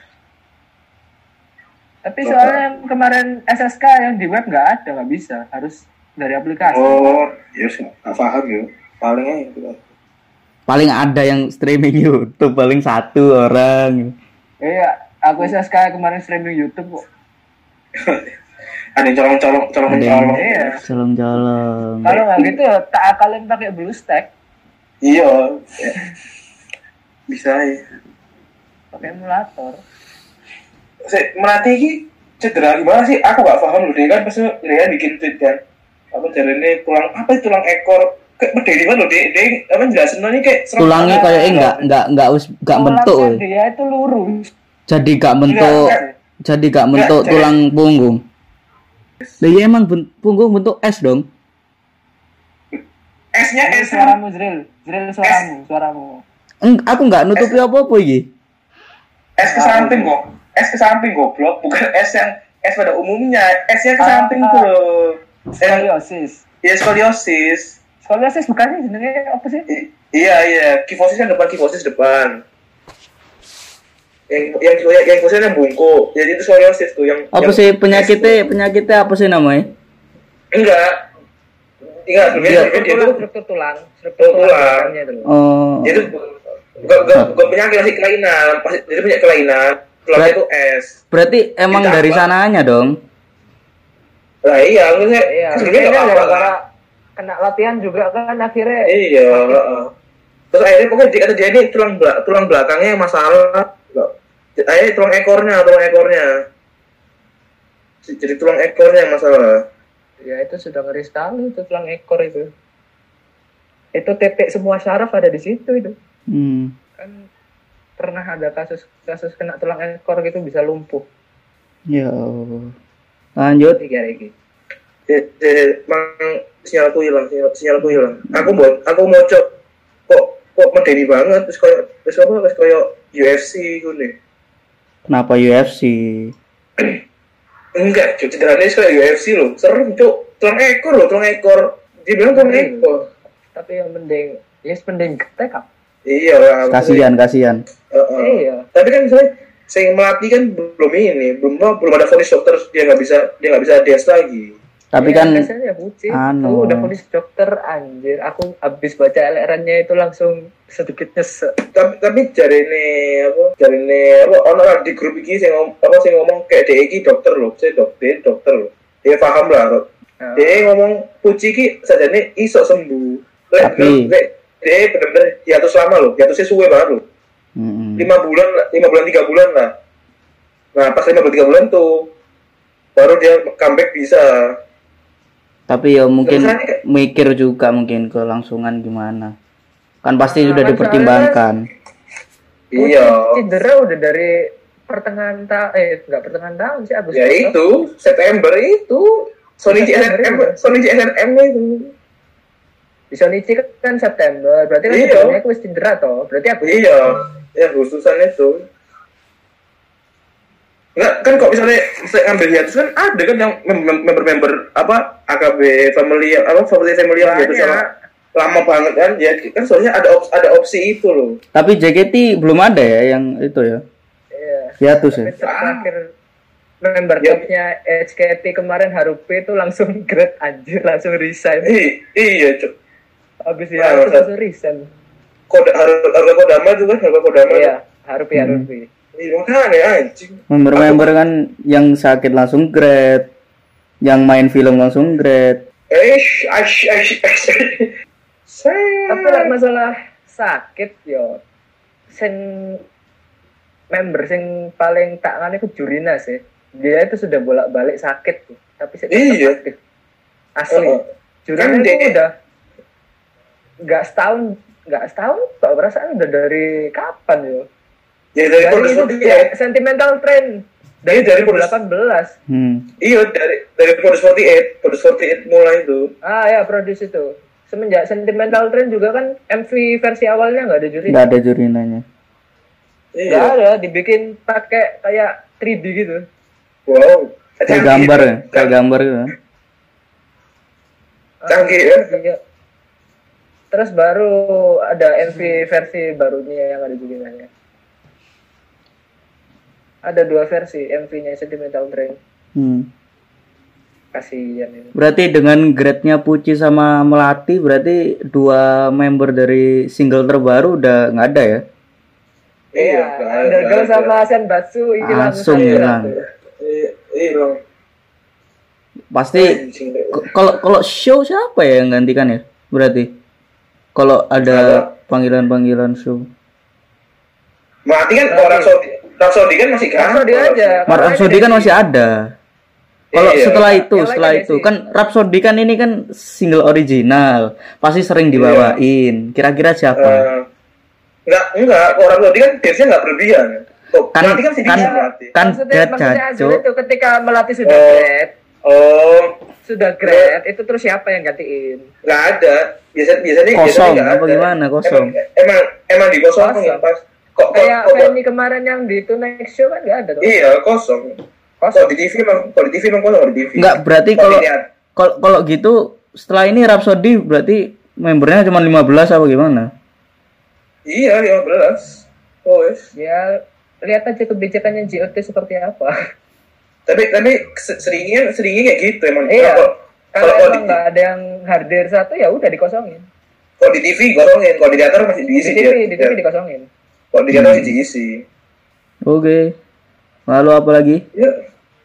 Tapi soalnya yang kemarin SSK yang di web nggak bisa, harus dari aplikasi. Oh, ya nggak paham ya. Palingnya itu. Paling ada yang streaming YouTube, paling satu orang. Iya, aku SSK kemarin streaming YouTube kok. Ada yang colong. Iya. Colong. Kalau nggak gitu, tak akalin pakai BlueStack. Iya. Bisa ya. Pakai emulator. Melati ini cedera gimana sih? Aku gak paham loh. Dia kan pasti dia bikin tweet kan. Apa jalannya tulang ekor kayak berdiri kan loh. Dia apa jelasin ini kayak tulangnya kayaknya enggak bentuk. Dia itu lurus. Jadi gak bentuk tulang punggung. Lah iya emang punggung bentuk S dong. S-nya S. Suaramu Zril suaramu. Aku enggak nutupi apa-apa iki. S ke samping goblok, bukan S yang S pada umumnya. S-nya ke samping tuh loh. Skoliosis. Iya, skoliosis. Skoliosis bukannya sebenarnya apa sih? Iya. Kifosis kan depan. Yang kifosis yang bungkuk. Jadi itu skoliosis tuh yang. Apa sih penyakitnya apa sih namanya? Enggak, sebenarnya itu struktur tulang. Oh. Itu gak penyakit masih kelainan. Jadi punya kelainan. Tulangnya itu S. Berarti emang dari sananya dong. Lah iya, maksudnya Iya, sebelumnya nggak apa-apa gara-gara kan. kena latihan juga kan akhirnya Iya, terus akhirnya pokoknya kata dia ini tulang belakangnya yang masalah. Akhirnya tulang ekornya. Jadi tulang ekornya yang masalah. ya itu sudah ngeri sekali itu tulang ekor itu. Itu titik semua syaraf ada di situ itu. Kan pernah ada kasus kena tulang ekor gitu bisa lumpuh. Ya Allah. Lanjut. Tiga lagi. Mang sinyalku hilang. Aku mau kok medeni banget terus kayak UFC gitu nih. Kenapa UFC? Enggak, cederanya kayak UFC loh. Serem, Cuk. Tulang ekor. Dia bilang tulang ekor. Tapi yang mending getek apa? Iya lah. Kasihan. Iya. Tapi kan misalnya saya melatih kan belum ada vonis dokter dia nggak bisa dance lagi. Tapi ya, kan biasanya bucin. Aku udah vonis dokter anjir. Aku habis baca elerannya itu langsung sedikit nyesek. Tapi jari ini orang di grup ini saya ngomong kayak dia ini dokter loh, saya dokter loh. Dia paham lah. Dia ngomong puci ki sajane iso sembuh. Tapi dia benar-benar hiatus lama loh, hiatusnya suwe banget loh. 5 bulan 3 bulan lah. Nah pas 5 bulan 3 bulan tuh baru dia comeback bisa. Tapi ya mungkin mikir juga mungkin kelangsungan gimana. Kan pasti sudah dipertimbangkan. Iya. Cedera udah dari pertengahan tahun sih Agustus. Ya itu September itu Sonichi SNM itu. Di Sonichi kan September, berarti kan sebelumnya aku cedera toh. Berarti aku ya Agustusan itu. Enggak, kan kok misalnya ngambil hiatus kan ada kan yang member-member apa AKB family yang hiatus sama lama banget kan ya kan soalnya ada opsi itu loh. Tapi JKT belum ada ya yang itu ya. Iya. Hiatus ya. Terakhir member topnya HKT kemarin Harupe itu langsung grade anjir langsung resign. Iya cuk. Habis hiatus langsung resign. Harga Kodama juga harga Kodama. Iya, Harupe. Iya makanya anjing. Member yang sakit langsung grade, yang main film langsung grade. Tapi masalah sakit yo, member sing paling tak ngane ku Jurina sih. Dia itu sudah bolak-balik sakit tuh, tapi iya. aktif. Asli. Jurina kan itu udah nggak setahun, kok perasaan udah dari kapan yo? Ya dari Sentimental Trend dari 2018. Iya dari Produce 48 mulai itu. Ya Produce itu. Semenjak Sentimental Trend juga kan MV versi awalnya nggak ada jurina. Nggak ada jurinanya. Nggak ada, dibikin pakai kayak 3D gitu. Wow. Kayak gambar gitu. Canggih ya. Iya. Terus baru ada MV versi barunya yang ada jurinanya. Ada 2 versi MV-nya Sentimental Trend. Kasihan ini. Berarti dengan grade-nya Puci sama Melati berarti 2 member dari single terbaru udah nggak ada ya? Iya, Undergirl sama Senbatsu ini langsung hilang. Hilang. Pasti kalau show siapa ya yang gantikan ya? Berarti kalau ada panggilan show. Melati kan orang Rhapsody kan masih kan? Rhapsody kan masih ada. Kalau setelah itu kan Rhapsody kan ini kan single original, pasti sering dibawain. Kira-kira siapa? Enggak. Orang Rhapsody kan biasanya nggak berlebihan. Kan maksudnya itu ketika Melati sudah grade. Sudah grade, itu terus siapa yang gantiin? Nggak ada. Biasanya kosong apa gimana kosong? Emang dikosongin pas. Kayak Fanny kemarin yang di Tonight Show kan nggak ada tuh. Iya, kosong. Kalau di TV emang kosong di TV. Enggak, berarti kalau gitu setelah ini Rhapsody berarti membernya cuma 15 apa gimana? Iya, 15. Ya, lihat aja kebijakannya JOT seperti apa. Tapi seringnya kayak gitu emang. Iya. Kalau emang nggak ada yang hadir satu ya udah dikosongin. Kalau di TV kosongin, kalau di teater masih diisi. Di TV dikosongin. Kalau di teater masih diisi. Oke. Lalu apa lagi? Ya.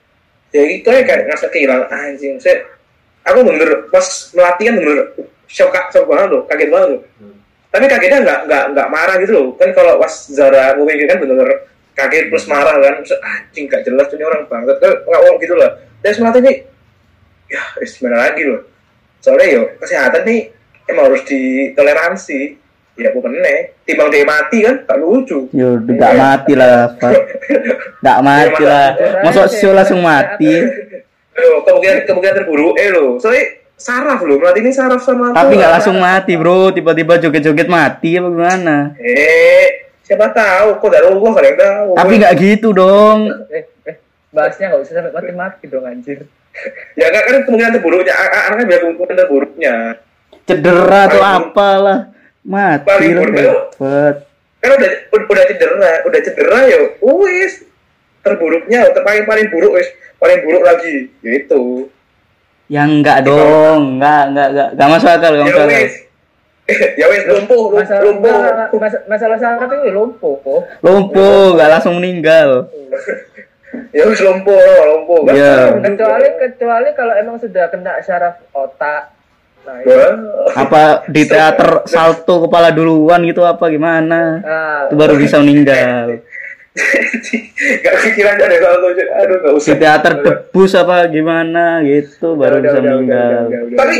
Ya itu kayak ngerasa kehilangan anjing. Aku bener pas melatih kan bener shock banget loh, kaget banget loh. Tapi kagetnya nggak marah gitu loh. Kan kalau pas Zara ngomongin kan bener kaget plus marah kan. Anjing gak jelas ini orang banget kan ngomong gitu lah. Dan melatih nih, ya gimana lagi loh. Soalnya yo kesehatan nih emang harus ditoleransi. Ya aku kene, timbang dia mati kan, tak lucu. Yo, gak mati lah, Pak. Gak mati lah. Masuk show langsung mati. Kemungkinan terburuk loh. Soalnya saraf loh, melatih ini saraf sama. Tapi gak langsung mati, bro. Tiba-tiba joget-joget mati apa gimana? Siapa tahu, kok dari Allah kalian tahu. Tapi gak gitu dong. Bahasnya gak usah sampai mati-mati dong anjir. Ya kan kemungkinan terburuknya, anaknya biar kemungkinan terburuknya. Cedera atau apalah. Mati lah hebat. Kan udah cedera ya. Wis terburuknya, paling buruk wis, paling buruk lagi, yaitu. Yang enggak dong, enggak masuk akal, enggak masuk akal. Ya wis lumpuh. Masalah saraf itu lumpuh. Lumpuh, enggak langsung meninggal. Ya wis lumpuh. Ya. Kecuali kalau emang sudah kena saraf otak. Nah, apa di teater salto kepala duluan gitu apa gimana? Itu baru bisa meninggal. Gak pikiran ada salto, aduh gak usah. Di teater debus apa gimana gitu baru bisa meninggal. Tapi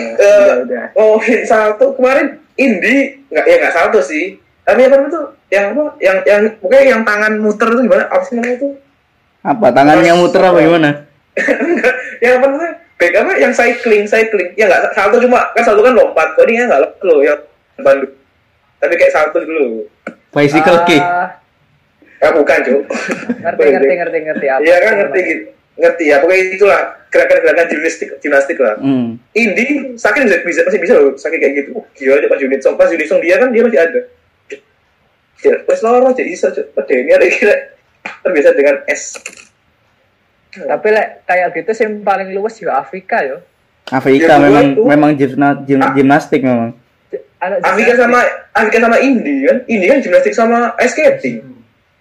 salto kemarin Indi nggak salto sih. Tapi apa itu? Yang pokoknya yang tangan muter itu gimana? Apa sih namanya itu? Apa tangannya muter apa gimana? Yang apa namanya? Baik apa yang cycling ya nggak salto cuma kan salto kan lompat kok ini nggak lompat loh yang Bandung tapi kayak salto dulu bicycle kick bukan cuy ngerti apa iya kan ngerti ya pokoknya itulah gerakan gimnastik lah Indi sakit masih bisa loh sakit kayak gitu gila aja pas unit song dia masih ada pas loro jadi bisa ini ada kira terbiasa dengan es. Tapi kayak gitu sih yang paling luas juga Afrika yo. Afrika ya, memang gimnastik memang. Afrika sama Indi kan gimnastik sama ice skating.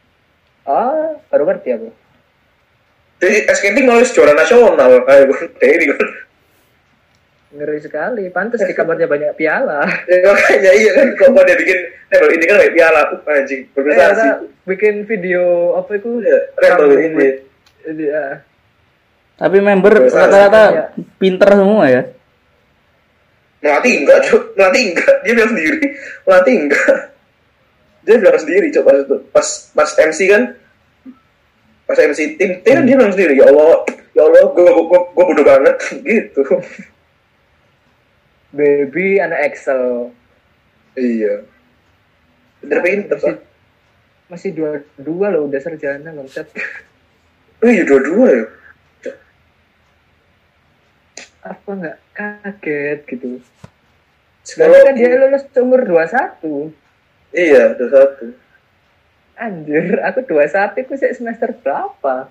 Baru ngerti aku. Jadi ice skating malah juara nasional kayak Dewi kan. Ngeri sekali, pantas di kamarnya banyak piala. Ya makanya iya kan, kalau dia bikin Rebel ini kan banyak piala, anjing berprestasi. Bikin video apa itu? Rebel ini. Iya. Tapi member rata-rata pinter semua ya. Melatih enggak. Dia bilang sendiri. Melatih enggak. Dia bilang sendiri coba itu. Pas MC kan. Pas MC tim dia bilang sendiri, ya Allah, gue bodoh banget gitu. Baby anak Excel. Iya. Bener pinter masih 22 loh udah sarjana bangsat. Iya 22 ya. Apa nggak kaget gitu? Sekarang kan dia lulus umur 21. Iya 21. Anjir, aku 21 aku semester berapa?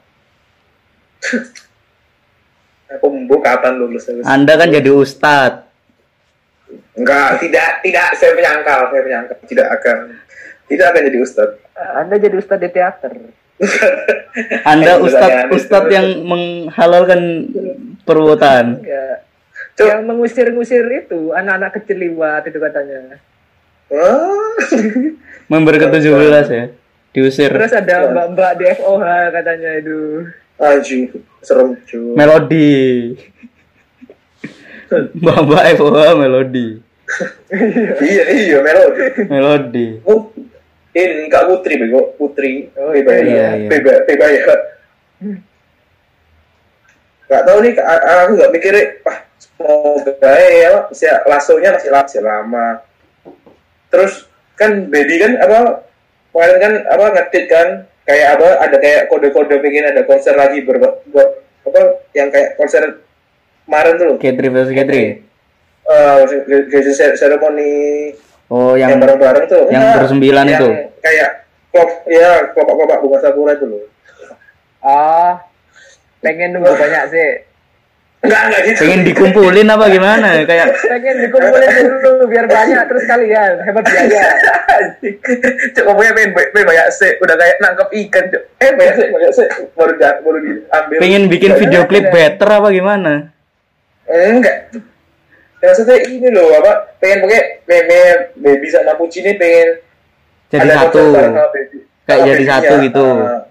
Aku kapan lulus? Anda kan jadi ustad. Enggak, tidak saya menyangkal tidak akan jadi ustad. Anda jadi ustad di teater. Anda ustad yang menghalalkan perbuatan. Ya. Yang mengusir-ngusir itu anak-anak kecil liwat itu katanya. Member ke-17 ya. Diusir. Terus ada mbak-mbak di FOH katanya itu. Anjing, serem cuy. Melodi. Mbak-mbak FOH melodi. Iya melodi. Ini Kak Putri. Oh iya. Beba ya. Gak tahu nih, aku nggak mikirnya, semoga ya, lasonya masih lama. Terus kan Baby kan kemarin kan ngetit kan, kayak ada kayak kode-kode pengen ada konser lagi buat yang kayak konser kemarin tuh. K3 versus K3. Seremoni. Oh, yang bareng-bareng tuh. Yang bersembilan itu. Kayak kelompok bunga sakura itu loh. Pengen nunggu banyak sih. Enggak gitu. Pengen dikumpulin apa gimana? Kayak pengen dikumpulin dulu biar banyak terus kalian hebat biaya. Cuk ngomongnya pengen banyak sih, udah kayak nangkep ikan, Cuk. Banyak sih baru diambil. pengen bikin video klip better apa gimana? Enggak. Ya, maksudnya ini loh apa? Pengen pakai meme baby sama Puji ini pengen Jadi satu. Kayak jadi satu gitu.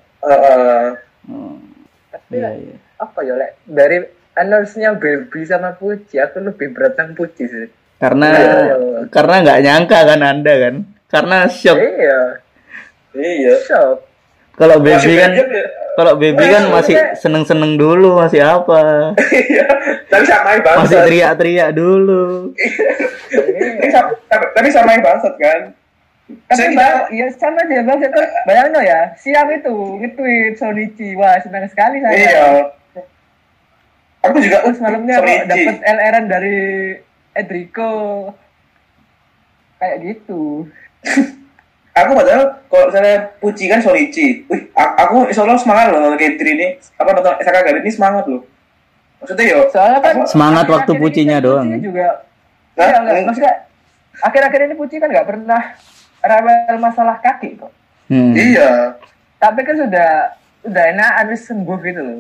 Tapi apa ya lek dari announce-nya Baby sama Puji, aku lebih berat nang Puji sih. Karena nggak nyangka kan Anda kan? Karena shock. Iya. Shock. Kalau Baby kan masih seneng-seneng dulu, masih apa? Iya. Tapi samain banget. Masih teriak-teriak dulu. Tapi samain banget kan. Tapi ya sama aja bang, bayangin ya siang itu nge-tweet Sonichi, wah senang sekali saya. Iya. Aku juga terus malamnya dapat LR-an dari Edrico kayak gitu. Aku padahal kalau misalnya Puji kan Sonichi, aku insya Allah semangat loh nonton K3 ini, apa nonton Sakagari ini semangat loh. Maksudnya yo. Soalnya kan semangat waktu Pucinya doang. Puci juga. Maksudnya akhir-akhir ini Puci kan nggak pernah rewel masalah kaki kok. Iya. Tapi kan sudah enak harus sembuh gitu loh.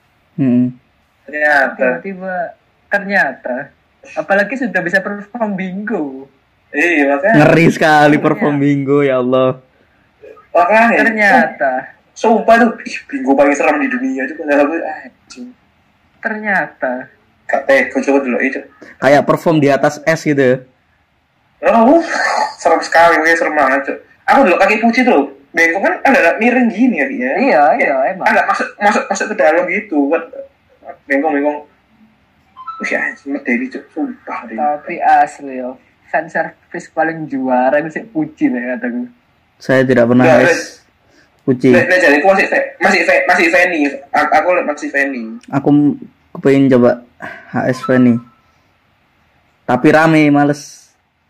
Ternyata apalagi sudah bisa perform bingo. Iya makanya. Ngeri sekali perform bingo ya Allah. Makanya. Ternyata. Sumpah tuh bingo paling seram di dunia itu padahal gue ternyata. Kak Teko coba dulu itu. Kayak perform di atas es gitu ya. Oh, serem sekali, gue serem banget tuh. Aku dulu kaki Puji tuh, bengkok kan ada miring gini ya. Iya emang. Agak masuk ke dalam gitu, kan. Bengkong. Wih, anjing medeni tuh, sumpah. Tapi asli yo, fan service paling juara itu sih Puji lah kataku. Saya tidak pernah Puji. Jadi aku masih Fanny. Aku masih Fanny. Aku kepengen coba HS Fanny. Tapi rame, males.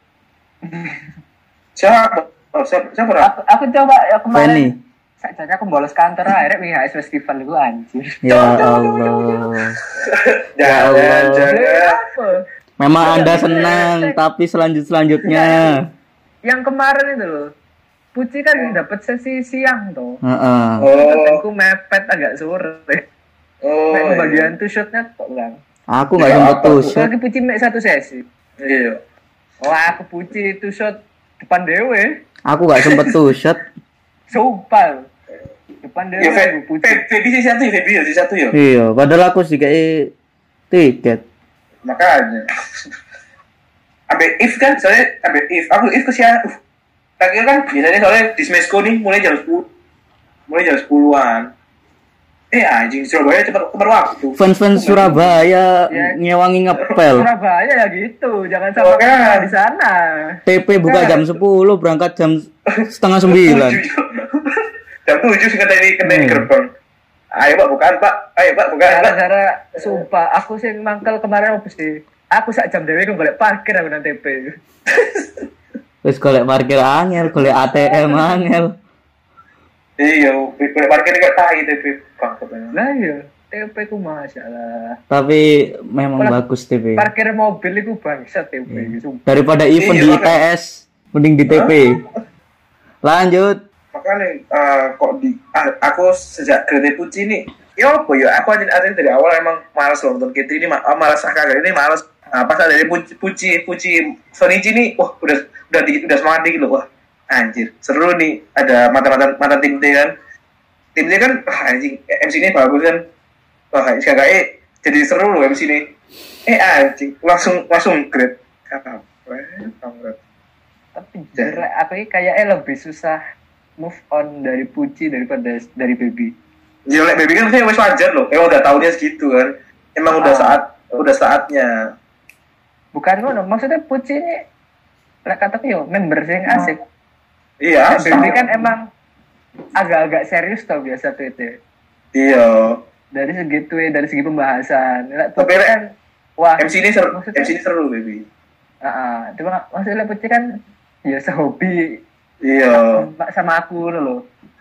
Siapa? Aku coba ya kemarin. Fanny. Sakjane aku bolos kantor akhirnya WHS festival itu anjir. Ya Allah. Jangan. Memang Anda senang, tapi selanjutnya. Yang kemarin itu loh. Puci kan dapat sesi siang tuh. Aku mepet agak sore. Bagian tuh shotnya kok lang. Aku nggak sempat tuh shot. Lagi Puci mek satu sesi. Iya. Wah, aku Puci itu shot depan dewe. Aku nggak sempat tuh shot. Sumpah. Depan dewe ya, Puci. Febi satu ya. Iya, padahal aku sih kayak tiket. Makanya. If kan, soalnya if aku if kesian. Terakhir kan biasanya soalnya di Smesco nih mulai jam 10-an. Anjing Surabaya cepat waktu. Fans Surabaya ngewangi ngepel. Surabaya ya gitu, jangan sampai di sana. TP buka jam 10, berangkat jam 8:30. Jam 7 sih kena di gerbang. Ayo Pak bukan. Gara-gara sumpah aku sih mangkel kemarin apa sih? Aku sak jam dhewe golek parkir aku nang TP. Wis golek parkir angel, golek ATM angel. Iya, golek parkir gak tahu TP bangkot. Lah iya, TP ku masalah. Tapi memang bagus TP. Parkir mobil itu bangsat TP. Daripada event di ITS, mending di TP. Lanjut. Makanya kok aku sejak Grade Puji nih, ya apa ya? Aku aja dari awal emang malas loh nonton K3 ini, malas Sakagari ini malas. Pas ada dari Puji Sonichi nih, wah udah semangat dikit loh, wah anjir seru nih, ada mantan tim T kan, anjing MC ini bagus kan, wah Sakagari jadi seru loh MC ini, anjing langsung grade, tapi aku ini kayaknya lebih susah move on dari Puji daripada dari Baby. Ya Baby kan saya masih wajar loh, udah tahu dia segitu kan, emang udah saatnya. Bukan ngono, maksudnya Puji ini kataku yo member sing asik. Iya. Baby kan emang agak-agak serius tau biasa tuh itu. Iya. Dari segi pembahasan. Tapi kan wah MC ini seru Baby. Cuma maksudnya Puji kan ya sehobi. Iya. Sama aku loh.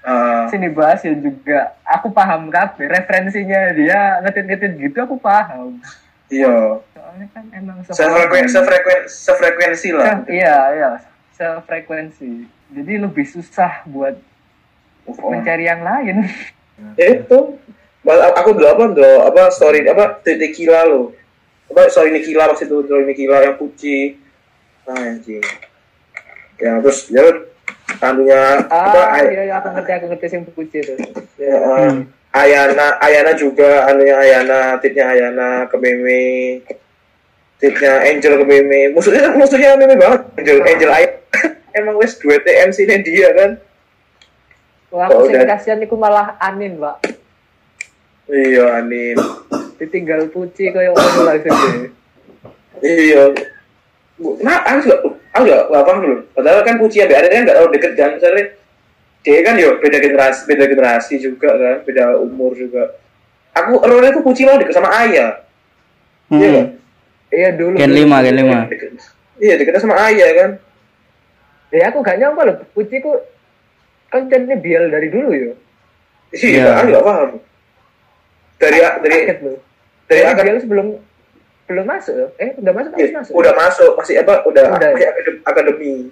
sini bahas ya juga aku paham kabeh referensinya dia ngetit gitu aku paham. Iya. Soalnya kan emang sefrekuensi lah. Iya, sefrekuensi. Jadi lebih susah buat mencari yang lain. Itu aku dulu story Tequila lo. Story Nikila waktu itu, story Nikila yang Puci. Anjing. Ya terus ya tandunya iya aku ngerti sing Puci itu. Ya, Ayana juga Ayana, tipnya Ayana ke Meme. Tipnya Angel ke Meme. Musuhnya Meme banget. Angel Ayana. Emang wes duet MC-nya dia kan. Wah, aku sing kasihan iku malah Anin, Pak. Iya, Anin. Ditinggal Puci koyo ngono langsung deh. Iya. Nah, aku juga nggak paham dulu. Padahal kan Puci sampai ada kan nggak terlalu deket kan, misalnya dia kan yo beda generasi juga kan, beda umur juga. Aku errornya tuh Puci malah deket sama Ayah. Iya kan? Iya dulu. Gen 5. Iya deketnya sama Ayah kan. Ya aku gak nyangka loh, Puci ku kan jadinya Biel dari dulu ya. Iya, aku nggak paham. Dari Biel belum masuk ya? Udah masuk ya, masuk? Udah masuk, masih akademi.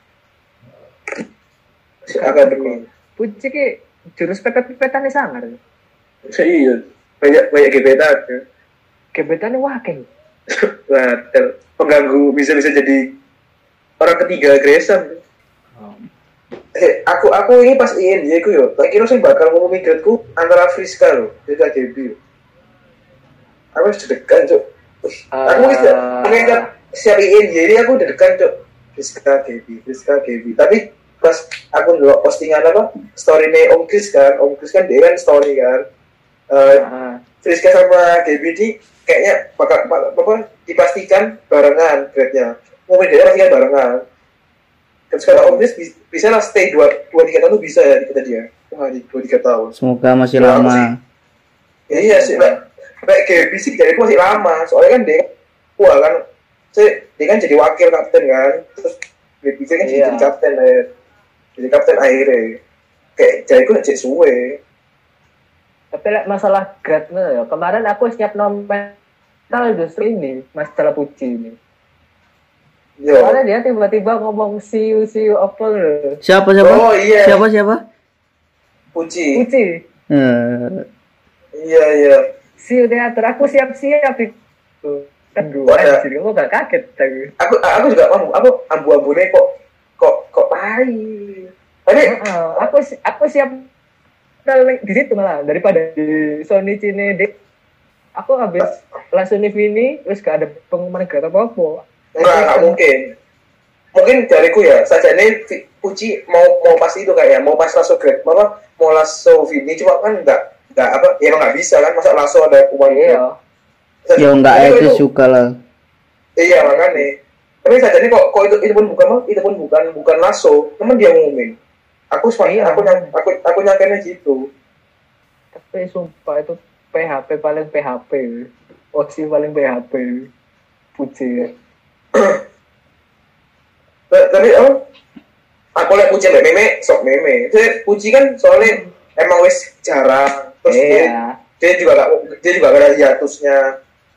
Masih akademi. Puci ki jurus pepet-pepetannya sangar. Iya, banyak gebetan ya. Gebetannya wakil. Nah, pengganggu bisa jadi orang ketiga Grayson. Aku ini pas IN ya aku yo, tak kira saya bakal ngomongin grade-ku antara Friska loh, jadi KB. Aku harus degan cok. Aku mungkin siap IN jadi aku degan cok. Friska KB. Tapi pas aku ndelok postingan story-nya Om Chris kan dia kan story kan. Friska sama KB ini kayaknya bakal dipastikan barengan grade-nya. Mungkin dia pastikan barengan. Terus kata Om Chris bisa lah stay 2-3 tahun tuh bisa ya kita dia. 2-3 tahun. Semoga masih lama. Iya sih, kayak Gaby sih dari masih lama. Soalnya kan dia kan dia kan jadi wakil kapten kan. Terus Gaby kan jadi kapten jadi kapten akhirnya. Kayak jadi aku ngecek suwe. Tapi masalah grade-nya ya, kemarin aku siap mental justru ini masalah Puci ini. Yo. Soalnya dia tiba-tiba ngomong see you apa loh. Siapa? Oh iya. Siapa? Puci. Iya. See you teater, aku siap-siap itu. Aduh, anjir, aku gak kaget tapi. Aku juga aku ambu-ambune kok tai. Tapi aku siap di situ malah daripada di Sony Cinedek. Aku habis langsung di sini terus gak ada pengumuman grade apa-apa. Enggak mungkin. Mungkin dariku ya, sajane Puci mau pas itu kayak mau pas lasso grade, mau lasso Vini cuma kan enggak emang enggak bisa kan, masa lasso ada uang. Iya. Ya enggak itu suka lah. Iya makanya. Tapi sajane kok itu pun bukan lasso, teman dia ngumumin. Aku nyangkanya gitu. Tapi sumpah itu PHP paling PHP. Osi paling PHP. Puci. Tapi aku lihat Puci mbak Meme sok Meme. Puci kan soalnya emang wes jarang. Terus dia juga gak ada hiatusnya.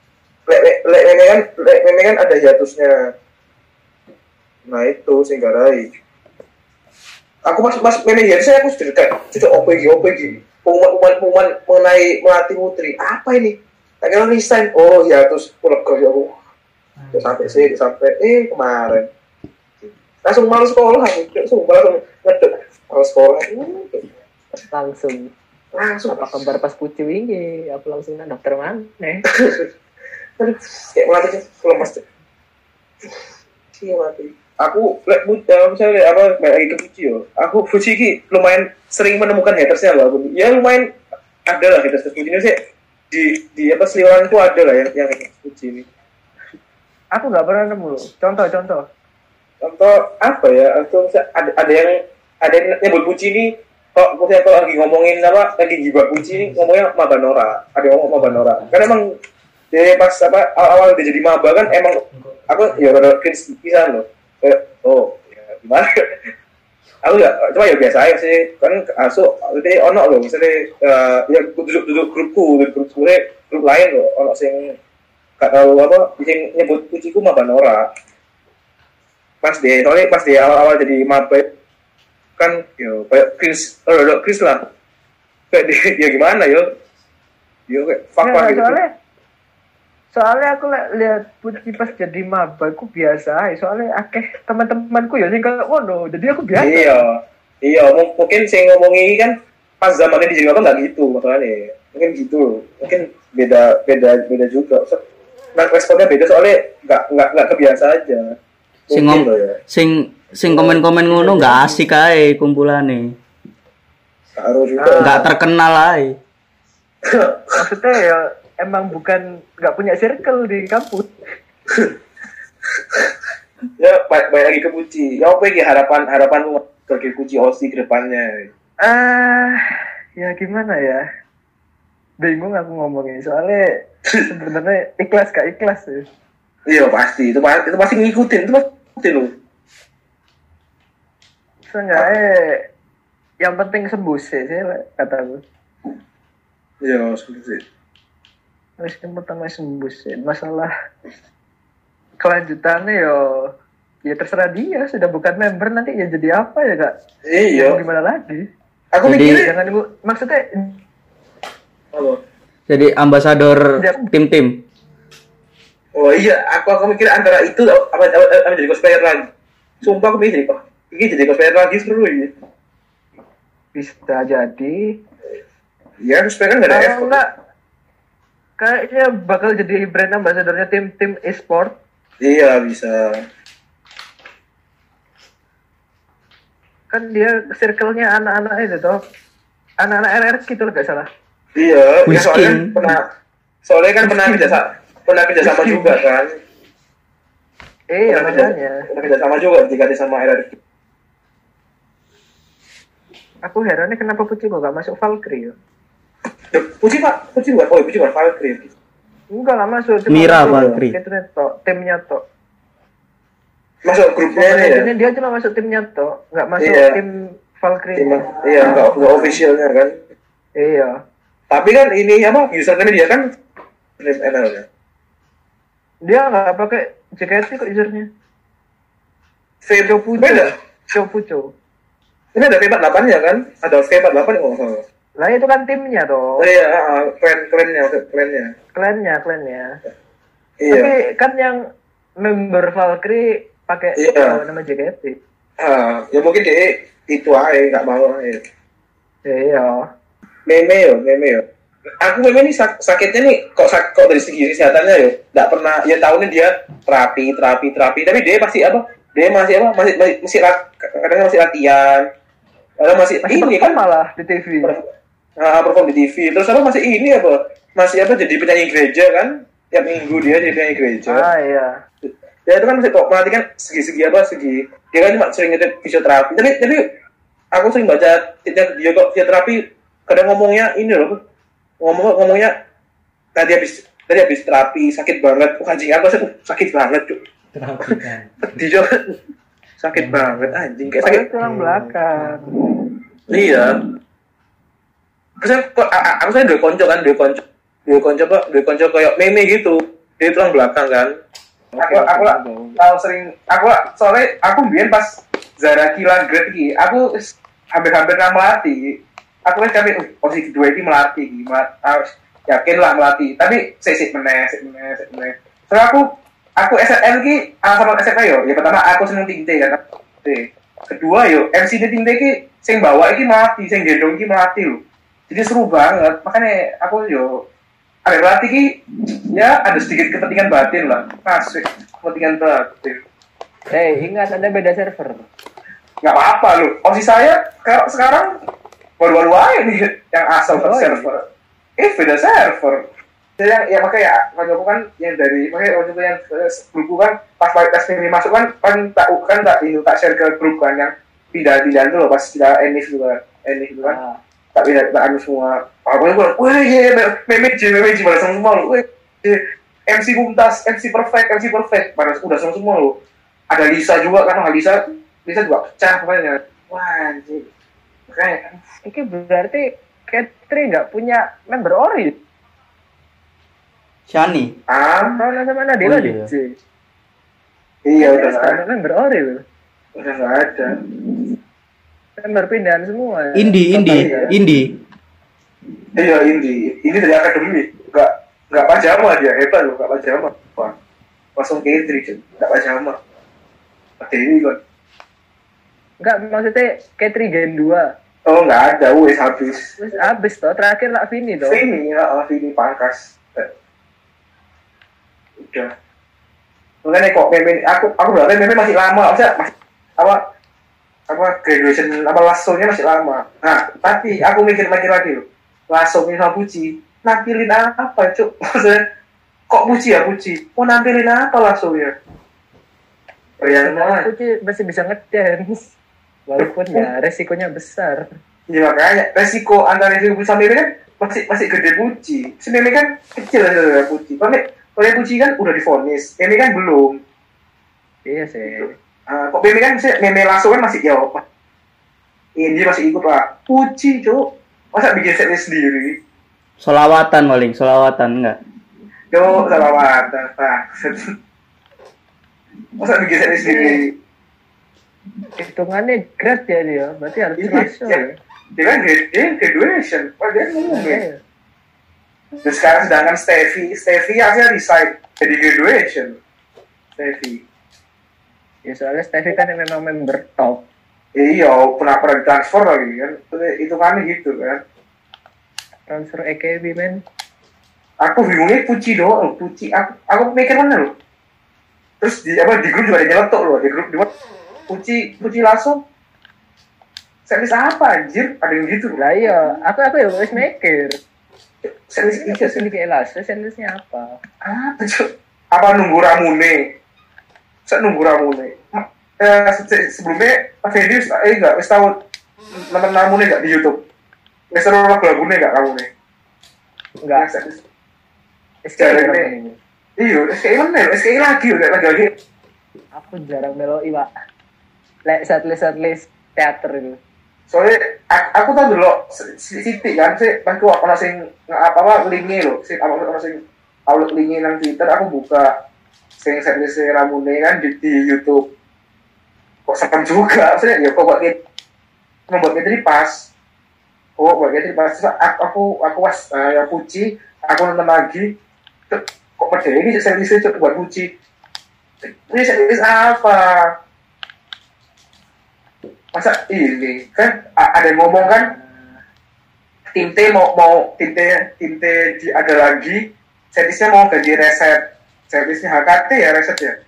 Meme kan ada hiatusnya. Nah itu sing garai. Aku pas Meme hiatusnya aku sudah dekat. Sudah OPG. Pengumuman mengenai melatih putri. Apa ini? Tak kira resign. Oh hiatus pulang ya aku. Sampai kemarin langsung malu sekolah langsung ngedek malu sekolah langsung apa kabar pas Puci ini aku langsung daftar mana kayak melatih lemas tuh mati aku misalnya lagi ke Puci aku Puci ini lumayan sering menemukan hatersnya lah ya lumayan ada lah haters Puci ini sih di seliwangan itu ada lah yang Puci ini. Aku nggak pernah nemu loh. Contoh apa ya? Atau ada yang nyebut Puci ini kalau lagi ngomongin lagi gibah Puci ini ngomongnya Maba Nora. Ada ngomong Maba Nora. Kan emang dia pas awal dia jadi maba kan emang ya ada cringe pisan loh. Ya gimana? Aku ya cuma ya biasa aja sih kan masuk itu ono loh misalnya ya duduk grup lain loh ono sing gak tahu apa sing nyebut kuciku mah Banora pas dia awal jadi mabek kan yo kayak Chris lah kayak dia ya gimana yo kayak fuck gitu soalnya aku lihat Puci pas jadi maba aku biasa soalnya akeh teman-temanku ya sing kayak ngono jadi aku biasa iya mungkin saya ngomongi kan pas zamannya di Jakarta nggak gitu makanya mungkin gitu mungkin beda juga nah, responnya beda soalnya nggak kebiasa aja sing komen-komen ngono nggak asik ae kumpulane nggak terkenal ae maksudnya ya emang bukan nggak punya circle di kampus. Ya baik lagi ke Puci. Ya apa ya harapanmu ke Puci OSI ke depannya? Ya gimana ya? Bingung aku ngomongnya soalnya sebenarnya ikhlas gak ikhlas ya. Iya pasti itu pasti ngikutin loh. Seenggaknya yang penting sembuh sih kataku. Iya sembuh sih. Yang pertama sembuh sih. Masalah kelanjutannya ya terserah dia. Sudah bukan member nanti ya jadi apa ya kak? Iya. Mau gimana lagi? Aku mikirnya jangan maksudnya. Apa? Jadi ambasador tim. Oh iya, aku mikir antara itu apa jadi cosplayer lagi. Sumpah aku mikir ini jadi cosplayer lagi seru ya. Bisa jadi. Ya cosplayer kan nggak ada effort. Enggak. Kayaknya bakal jadi brand ambassadornya tim e-sport. Iya bisa. Kan dia circle-nya anak-anak itu toh. Anak-anak RR gitu loh gak salah. Iya, ya soalnya kan pernah kerja sama juga kan. Iya makanya. Pernah kerja sama juga jika sama RR. Aku herannya kenapa Puci kok gak masuk Valkyrie ya? Puci buat Valkyrie. Enggak lah masuk. Mira Valkyrie. Timnya toh. Masuk grupnya ya? Dia cuma masuk timnya toh, nggak masuk tim Valkyrie. Iya, nggak officialnya kan? Iya. Tapi kan ini apa? Username dia kan name NL-nya. Dia nggak pakai JKT kok usernya. Chopucho. Ini ada V48 ya kan? Ada V48 oh. Lah itu kan timnya toh. Oh iya, klannya. Klannya. Iya. Tapi kan yang member Valkyrie pakai nama JKT. Ya mungkin dia itu aja nggak mau aja. Iya. Meme yo. Aku meme ini sakitnya nih kok dari segi kesehatannya yo. Nggak pernah ya tahunnya dia terapi. Tapi dia pasti apa? Dia masih kadang masih latihan. Kadang masih ini kan malah di TV. Perform di TV. Terus apa masih ini apa? Masih apa jadi penyanyi gereja kan? Tiap minggu dia jadi penyanyi gereja. Iya. Ya itu kan masih kok melatih kan segi dia kan cuma sering ngetip fisioterapi. Tapi aku sering baca dia kok fisioterapi kadang ngomongnya ini loh. Ngomongnya tadi habis terapi sakit banget. Anjing aku sakit banget tuh. Terapi kan. Dia sakit banget anjing kayak sakit tulang belakang. Iya. Terus aku dua konco kayak meme gitu. Dia tulang belakang kan. Aku sering soalnya aku biar pas Zara Kilan Great iki aku hampir melatih. Aku kan kami posisi kedua ini melatih yakin lah melatih tapi sik meneh. Soalnya aku SNL ki sama SNL yo ya pertama aku seneng tingte kan. Kedua yo MC di tingte ki sing bawa iki melatih, sing gendong iki melatih lho. Jadi seru banget. Makanya aku yo ada melatih ki ya ada sedikit kepentingan batin lah. Asik, kepentingan batin. Ingat Anda beda server. Nggak apa-apa loh. Opsi saya sekarang baru-baru aja nih yang asal server. Beda server. Jadi yang makanya aku kan yang dari makanya waktu itu yang grupku kan pas tes ini masuk kan tak share ke grup kan yang pindah-pindahan tuh loh pas kita enif gitu kan. Tak anu semua. Pokoknya gue, wah iya, meme pada semua loh. MC Mumtaz, MC Perfect, pada udah semua loh. Ada Lisa juga kan, Lisa juga pecah pokoknya. Wah, anjir. Makanya ini berarti Katri nggak punya member ori. Shani. Kalau sama Nadila iya. Iya, udah nggak ada member ori loh. Udah nggak ada. Member pindahan semua. Indie. Iya, ini dari akademi. Nggak pajama dia, hebat loh, nggak pajama. Wah, langsung Katri, nggak pajama. Dewi kan. Enggak, maksudnya Katri Gen 2. Oh, nggak ada, habis. Habis toh, terakhir lah Vini toh. Vini pangkas. Udah. Makanya kok meme aku berarti meme masih lama, maksudnya apa graduation lasso-nya masih lama. Nah, tapi aku mikir lagi loh. Lasso-nya sama Puji, nampilin apa, Cuk? Maksudnya kok Puji? Mau nampilin apa lasso-nya? Puji masih bisa ngedance. Walaupun ya resikonya besar. Iya makanya resiko antara resiko Puji sama Meme kan masih gede Puji. Si Meme kan kecil ya Puji. Kalau Puji kan udah divonis, Meme kan belum. Iya sih. Kok Meme kan Meme langsung kan masih jawab. Ini masih ikut lah. Puji Cuk, masa bikin setlist sendiri? Solawatan enggak? Yo solawatan. Masa bikin setlist sendiri? Hitungannya grade ya dia, berarti harus langsung ya. Dia kan graduation, dia ngomongin. Terus sekarang sedangkan Steffi akhirnya resign jadi graduation. Steffi. Ya soalnya Steffi kan memang member top. Iya, pernah transfer lagi kan, itu kan gitu kan. Transfer EKB men. Aku bingungnya Puji doang, aku mikir mana loh. Terus di grup juga ada nyeletuk loh, di grup Puji langsung series apa anjir? Ada yang gitu lah. Iya, aku ya harus mikir. Series ini kayak las, seriesnya apa? Apa nunggu Ramune? Saya nunggu Ramune. Sebelumnya Pak Fendi wis tahu nonton Ramune enggak di YouTube? Wis tahu lagu-lagune enggak Ramune? Enggak. SKI lagi udah lagi. Aku jarang meloi, Pak. Setlist teater itu. Soalnya aku tahu dulu Siti kan sih aku ana sing apa linknya lho, sing ana sing upload linknya nang Twitter, aku buka sing setlist Ramune kan di YouTube. Kok serem juga, maksudnya ya kok membuatnya jadi pas. Aku was ya Puji, aku nonton lagi. Kok pada ini setlist itu buat Puji. Ini setlist apa? Masa ini kan ada yang ngomong kan tim T mau tim T ada lagi setlistnya mau ganti reset, setlistnya HKT ya reset ya,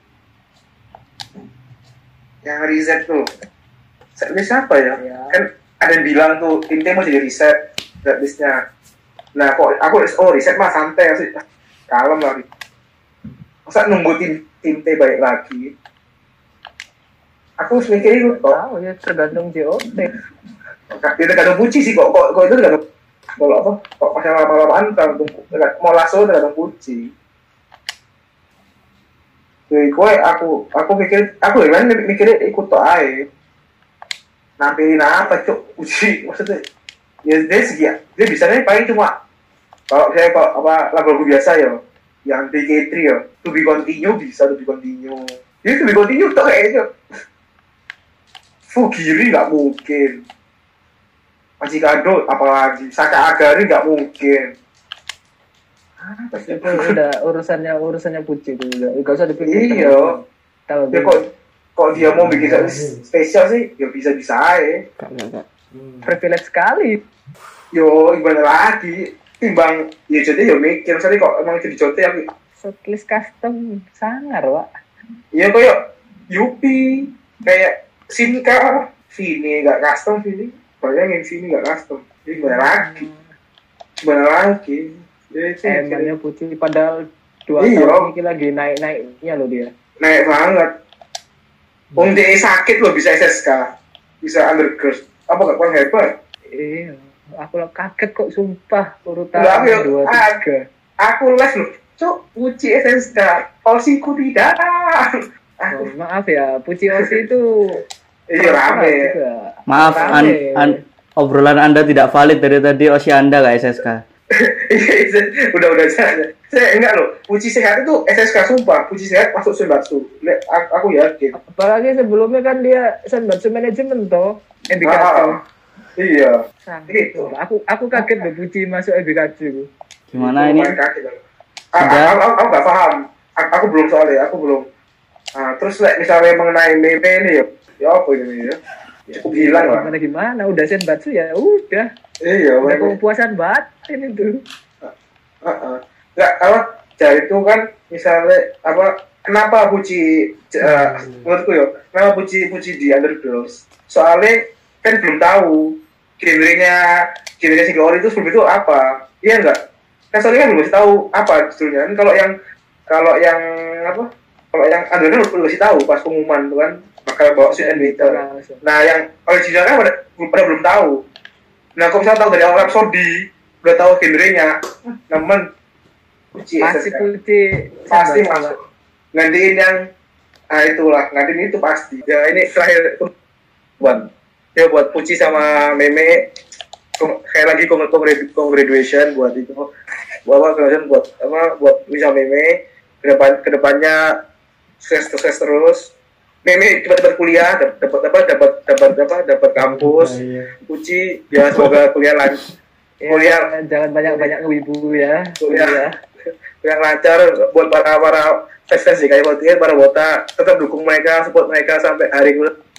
yang reset tuh setlist apa ya? Kan ada yang bilang tuh tim T mau jadi reset setlistnya. Nah kok aku reset mah santai sih, kalem lagi. Masa nunggu tim T balik lagi? Aku mikir itu kok. Oh ya tergantung JOT. Ya tergantung Puji sih kok itu tergantung. Kalau apa? Kok pas lama-lamaan tergantung mau lasso tergantung Puji. Jadi aku mikirnya ikut tuh aja. Nampilin apa Cuk Puji maksudnya? Ya dia bisanya paling cuma kalau saya lagu biasa ya, yang DK3 ya, to be continue bisa to be continue. Jadi to be continue tuh kayaknya. Fugiri nggak mungkin, Majikado apalagi, Saka Agari nggak mungkin. Itu udah urusannya Puji itu udah, nggak usah dipikir. Iya. Ya kok dia mau bikin spesial sih, ya bisa aja. Privilege sekali. Yo, gimana lagi? Timbang, ya jadi ya mikir, misalnya kok emang itu dicote ya. Setlist custom sangar, Pak. Iya kayak Yupi, kayak Sinka, Vini nggak custom, bayangin Vini nggak custom, jadi gimana lagi? Emangnya Puji padahal 2 tahun ini lagi naik-naiknya loh dia. Naik banget. Dia sakit loh bisa SSK, bisa undergrad, apa nggak kurang hebat? Iya, aku kaget kok sumpah urutan 2-3. Aku les loh, Cuk, Puji SSK, Osiku tidak. Maaf ya, Puji Osi itu Iya rame. Maaf, obrolan Anda tidak valid dari tadi. Osi Anda gak SSK? udah saya enggak loh. Puji sehat itu SSK sumpah. Puji sehat masuk Senbatsu. Aku yakin. Apalagi sebelumnya kan dia Senbatsu manajemen toh. Ebikachu. Iya. Gitu. Aku kaget loh Puji masuk Ebikachu. Gimana ini? Aku nggak paham. Aku belum soalnya. Aku belum. Nah, terus misalnya mengenai meme ini ya apa ini ya? Cukup hilang lah. Gimana? Udah Senbatsu ya udah. Iya. Udah kepuasan batin itu. Nggak apa? Jadi itu kan misalnya apa? Kenapa Puji menurutku ya? Kenapa Puji di Undergirls? Soalnya kan belum tahu genrenya Shigori itu sebelum itu apa? Iya enggak? Kan soalnya kan belum kasih tahu apa judulnya. Kan kalau yang Undergirls belum kasih tahu pas pengumuman tuh kan bakal bawa Sweet and Bitter. Nah yang original kan pada belum tahu. Nah kalau misalnya tahu dari awal Rhapsody udah tahu genrenya, namun Puji pasti masuk. Gantiin yang gantiin itu pasti. Ya ini terakhir buat Puji sama Meme kayak lagi congratulation buat itu buat Puji sama Meme kedepannya sukses terus. Meme cepat kuliah dapat kampus. Puji ya semoga kuliah lancar. Kuliah jangan banyak ngewibu ya. Kuliah yang lancar buat para fans kayak para wota tetap dukung mereka, support mereka sampai hari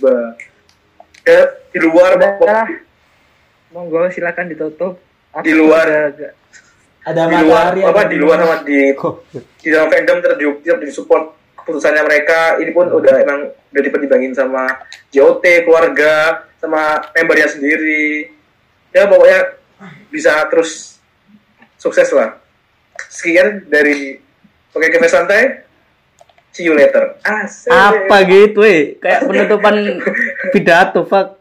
di luar monggo silakan ditutup. Di luar ada matahari di luar sama di dalam fandom tetap di support keputusannya mereka. Ini pun udah dipertimbangin sama JOT, keluarga, sama membernya sendiri. Ya pokoknya bisa terus sukses lah. Sekian dari Oke Cafe Santai. See you later. Apa gitu kayak penutupan pidato, fuck.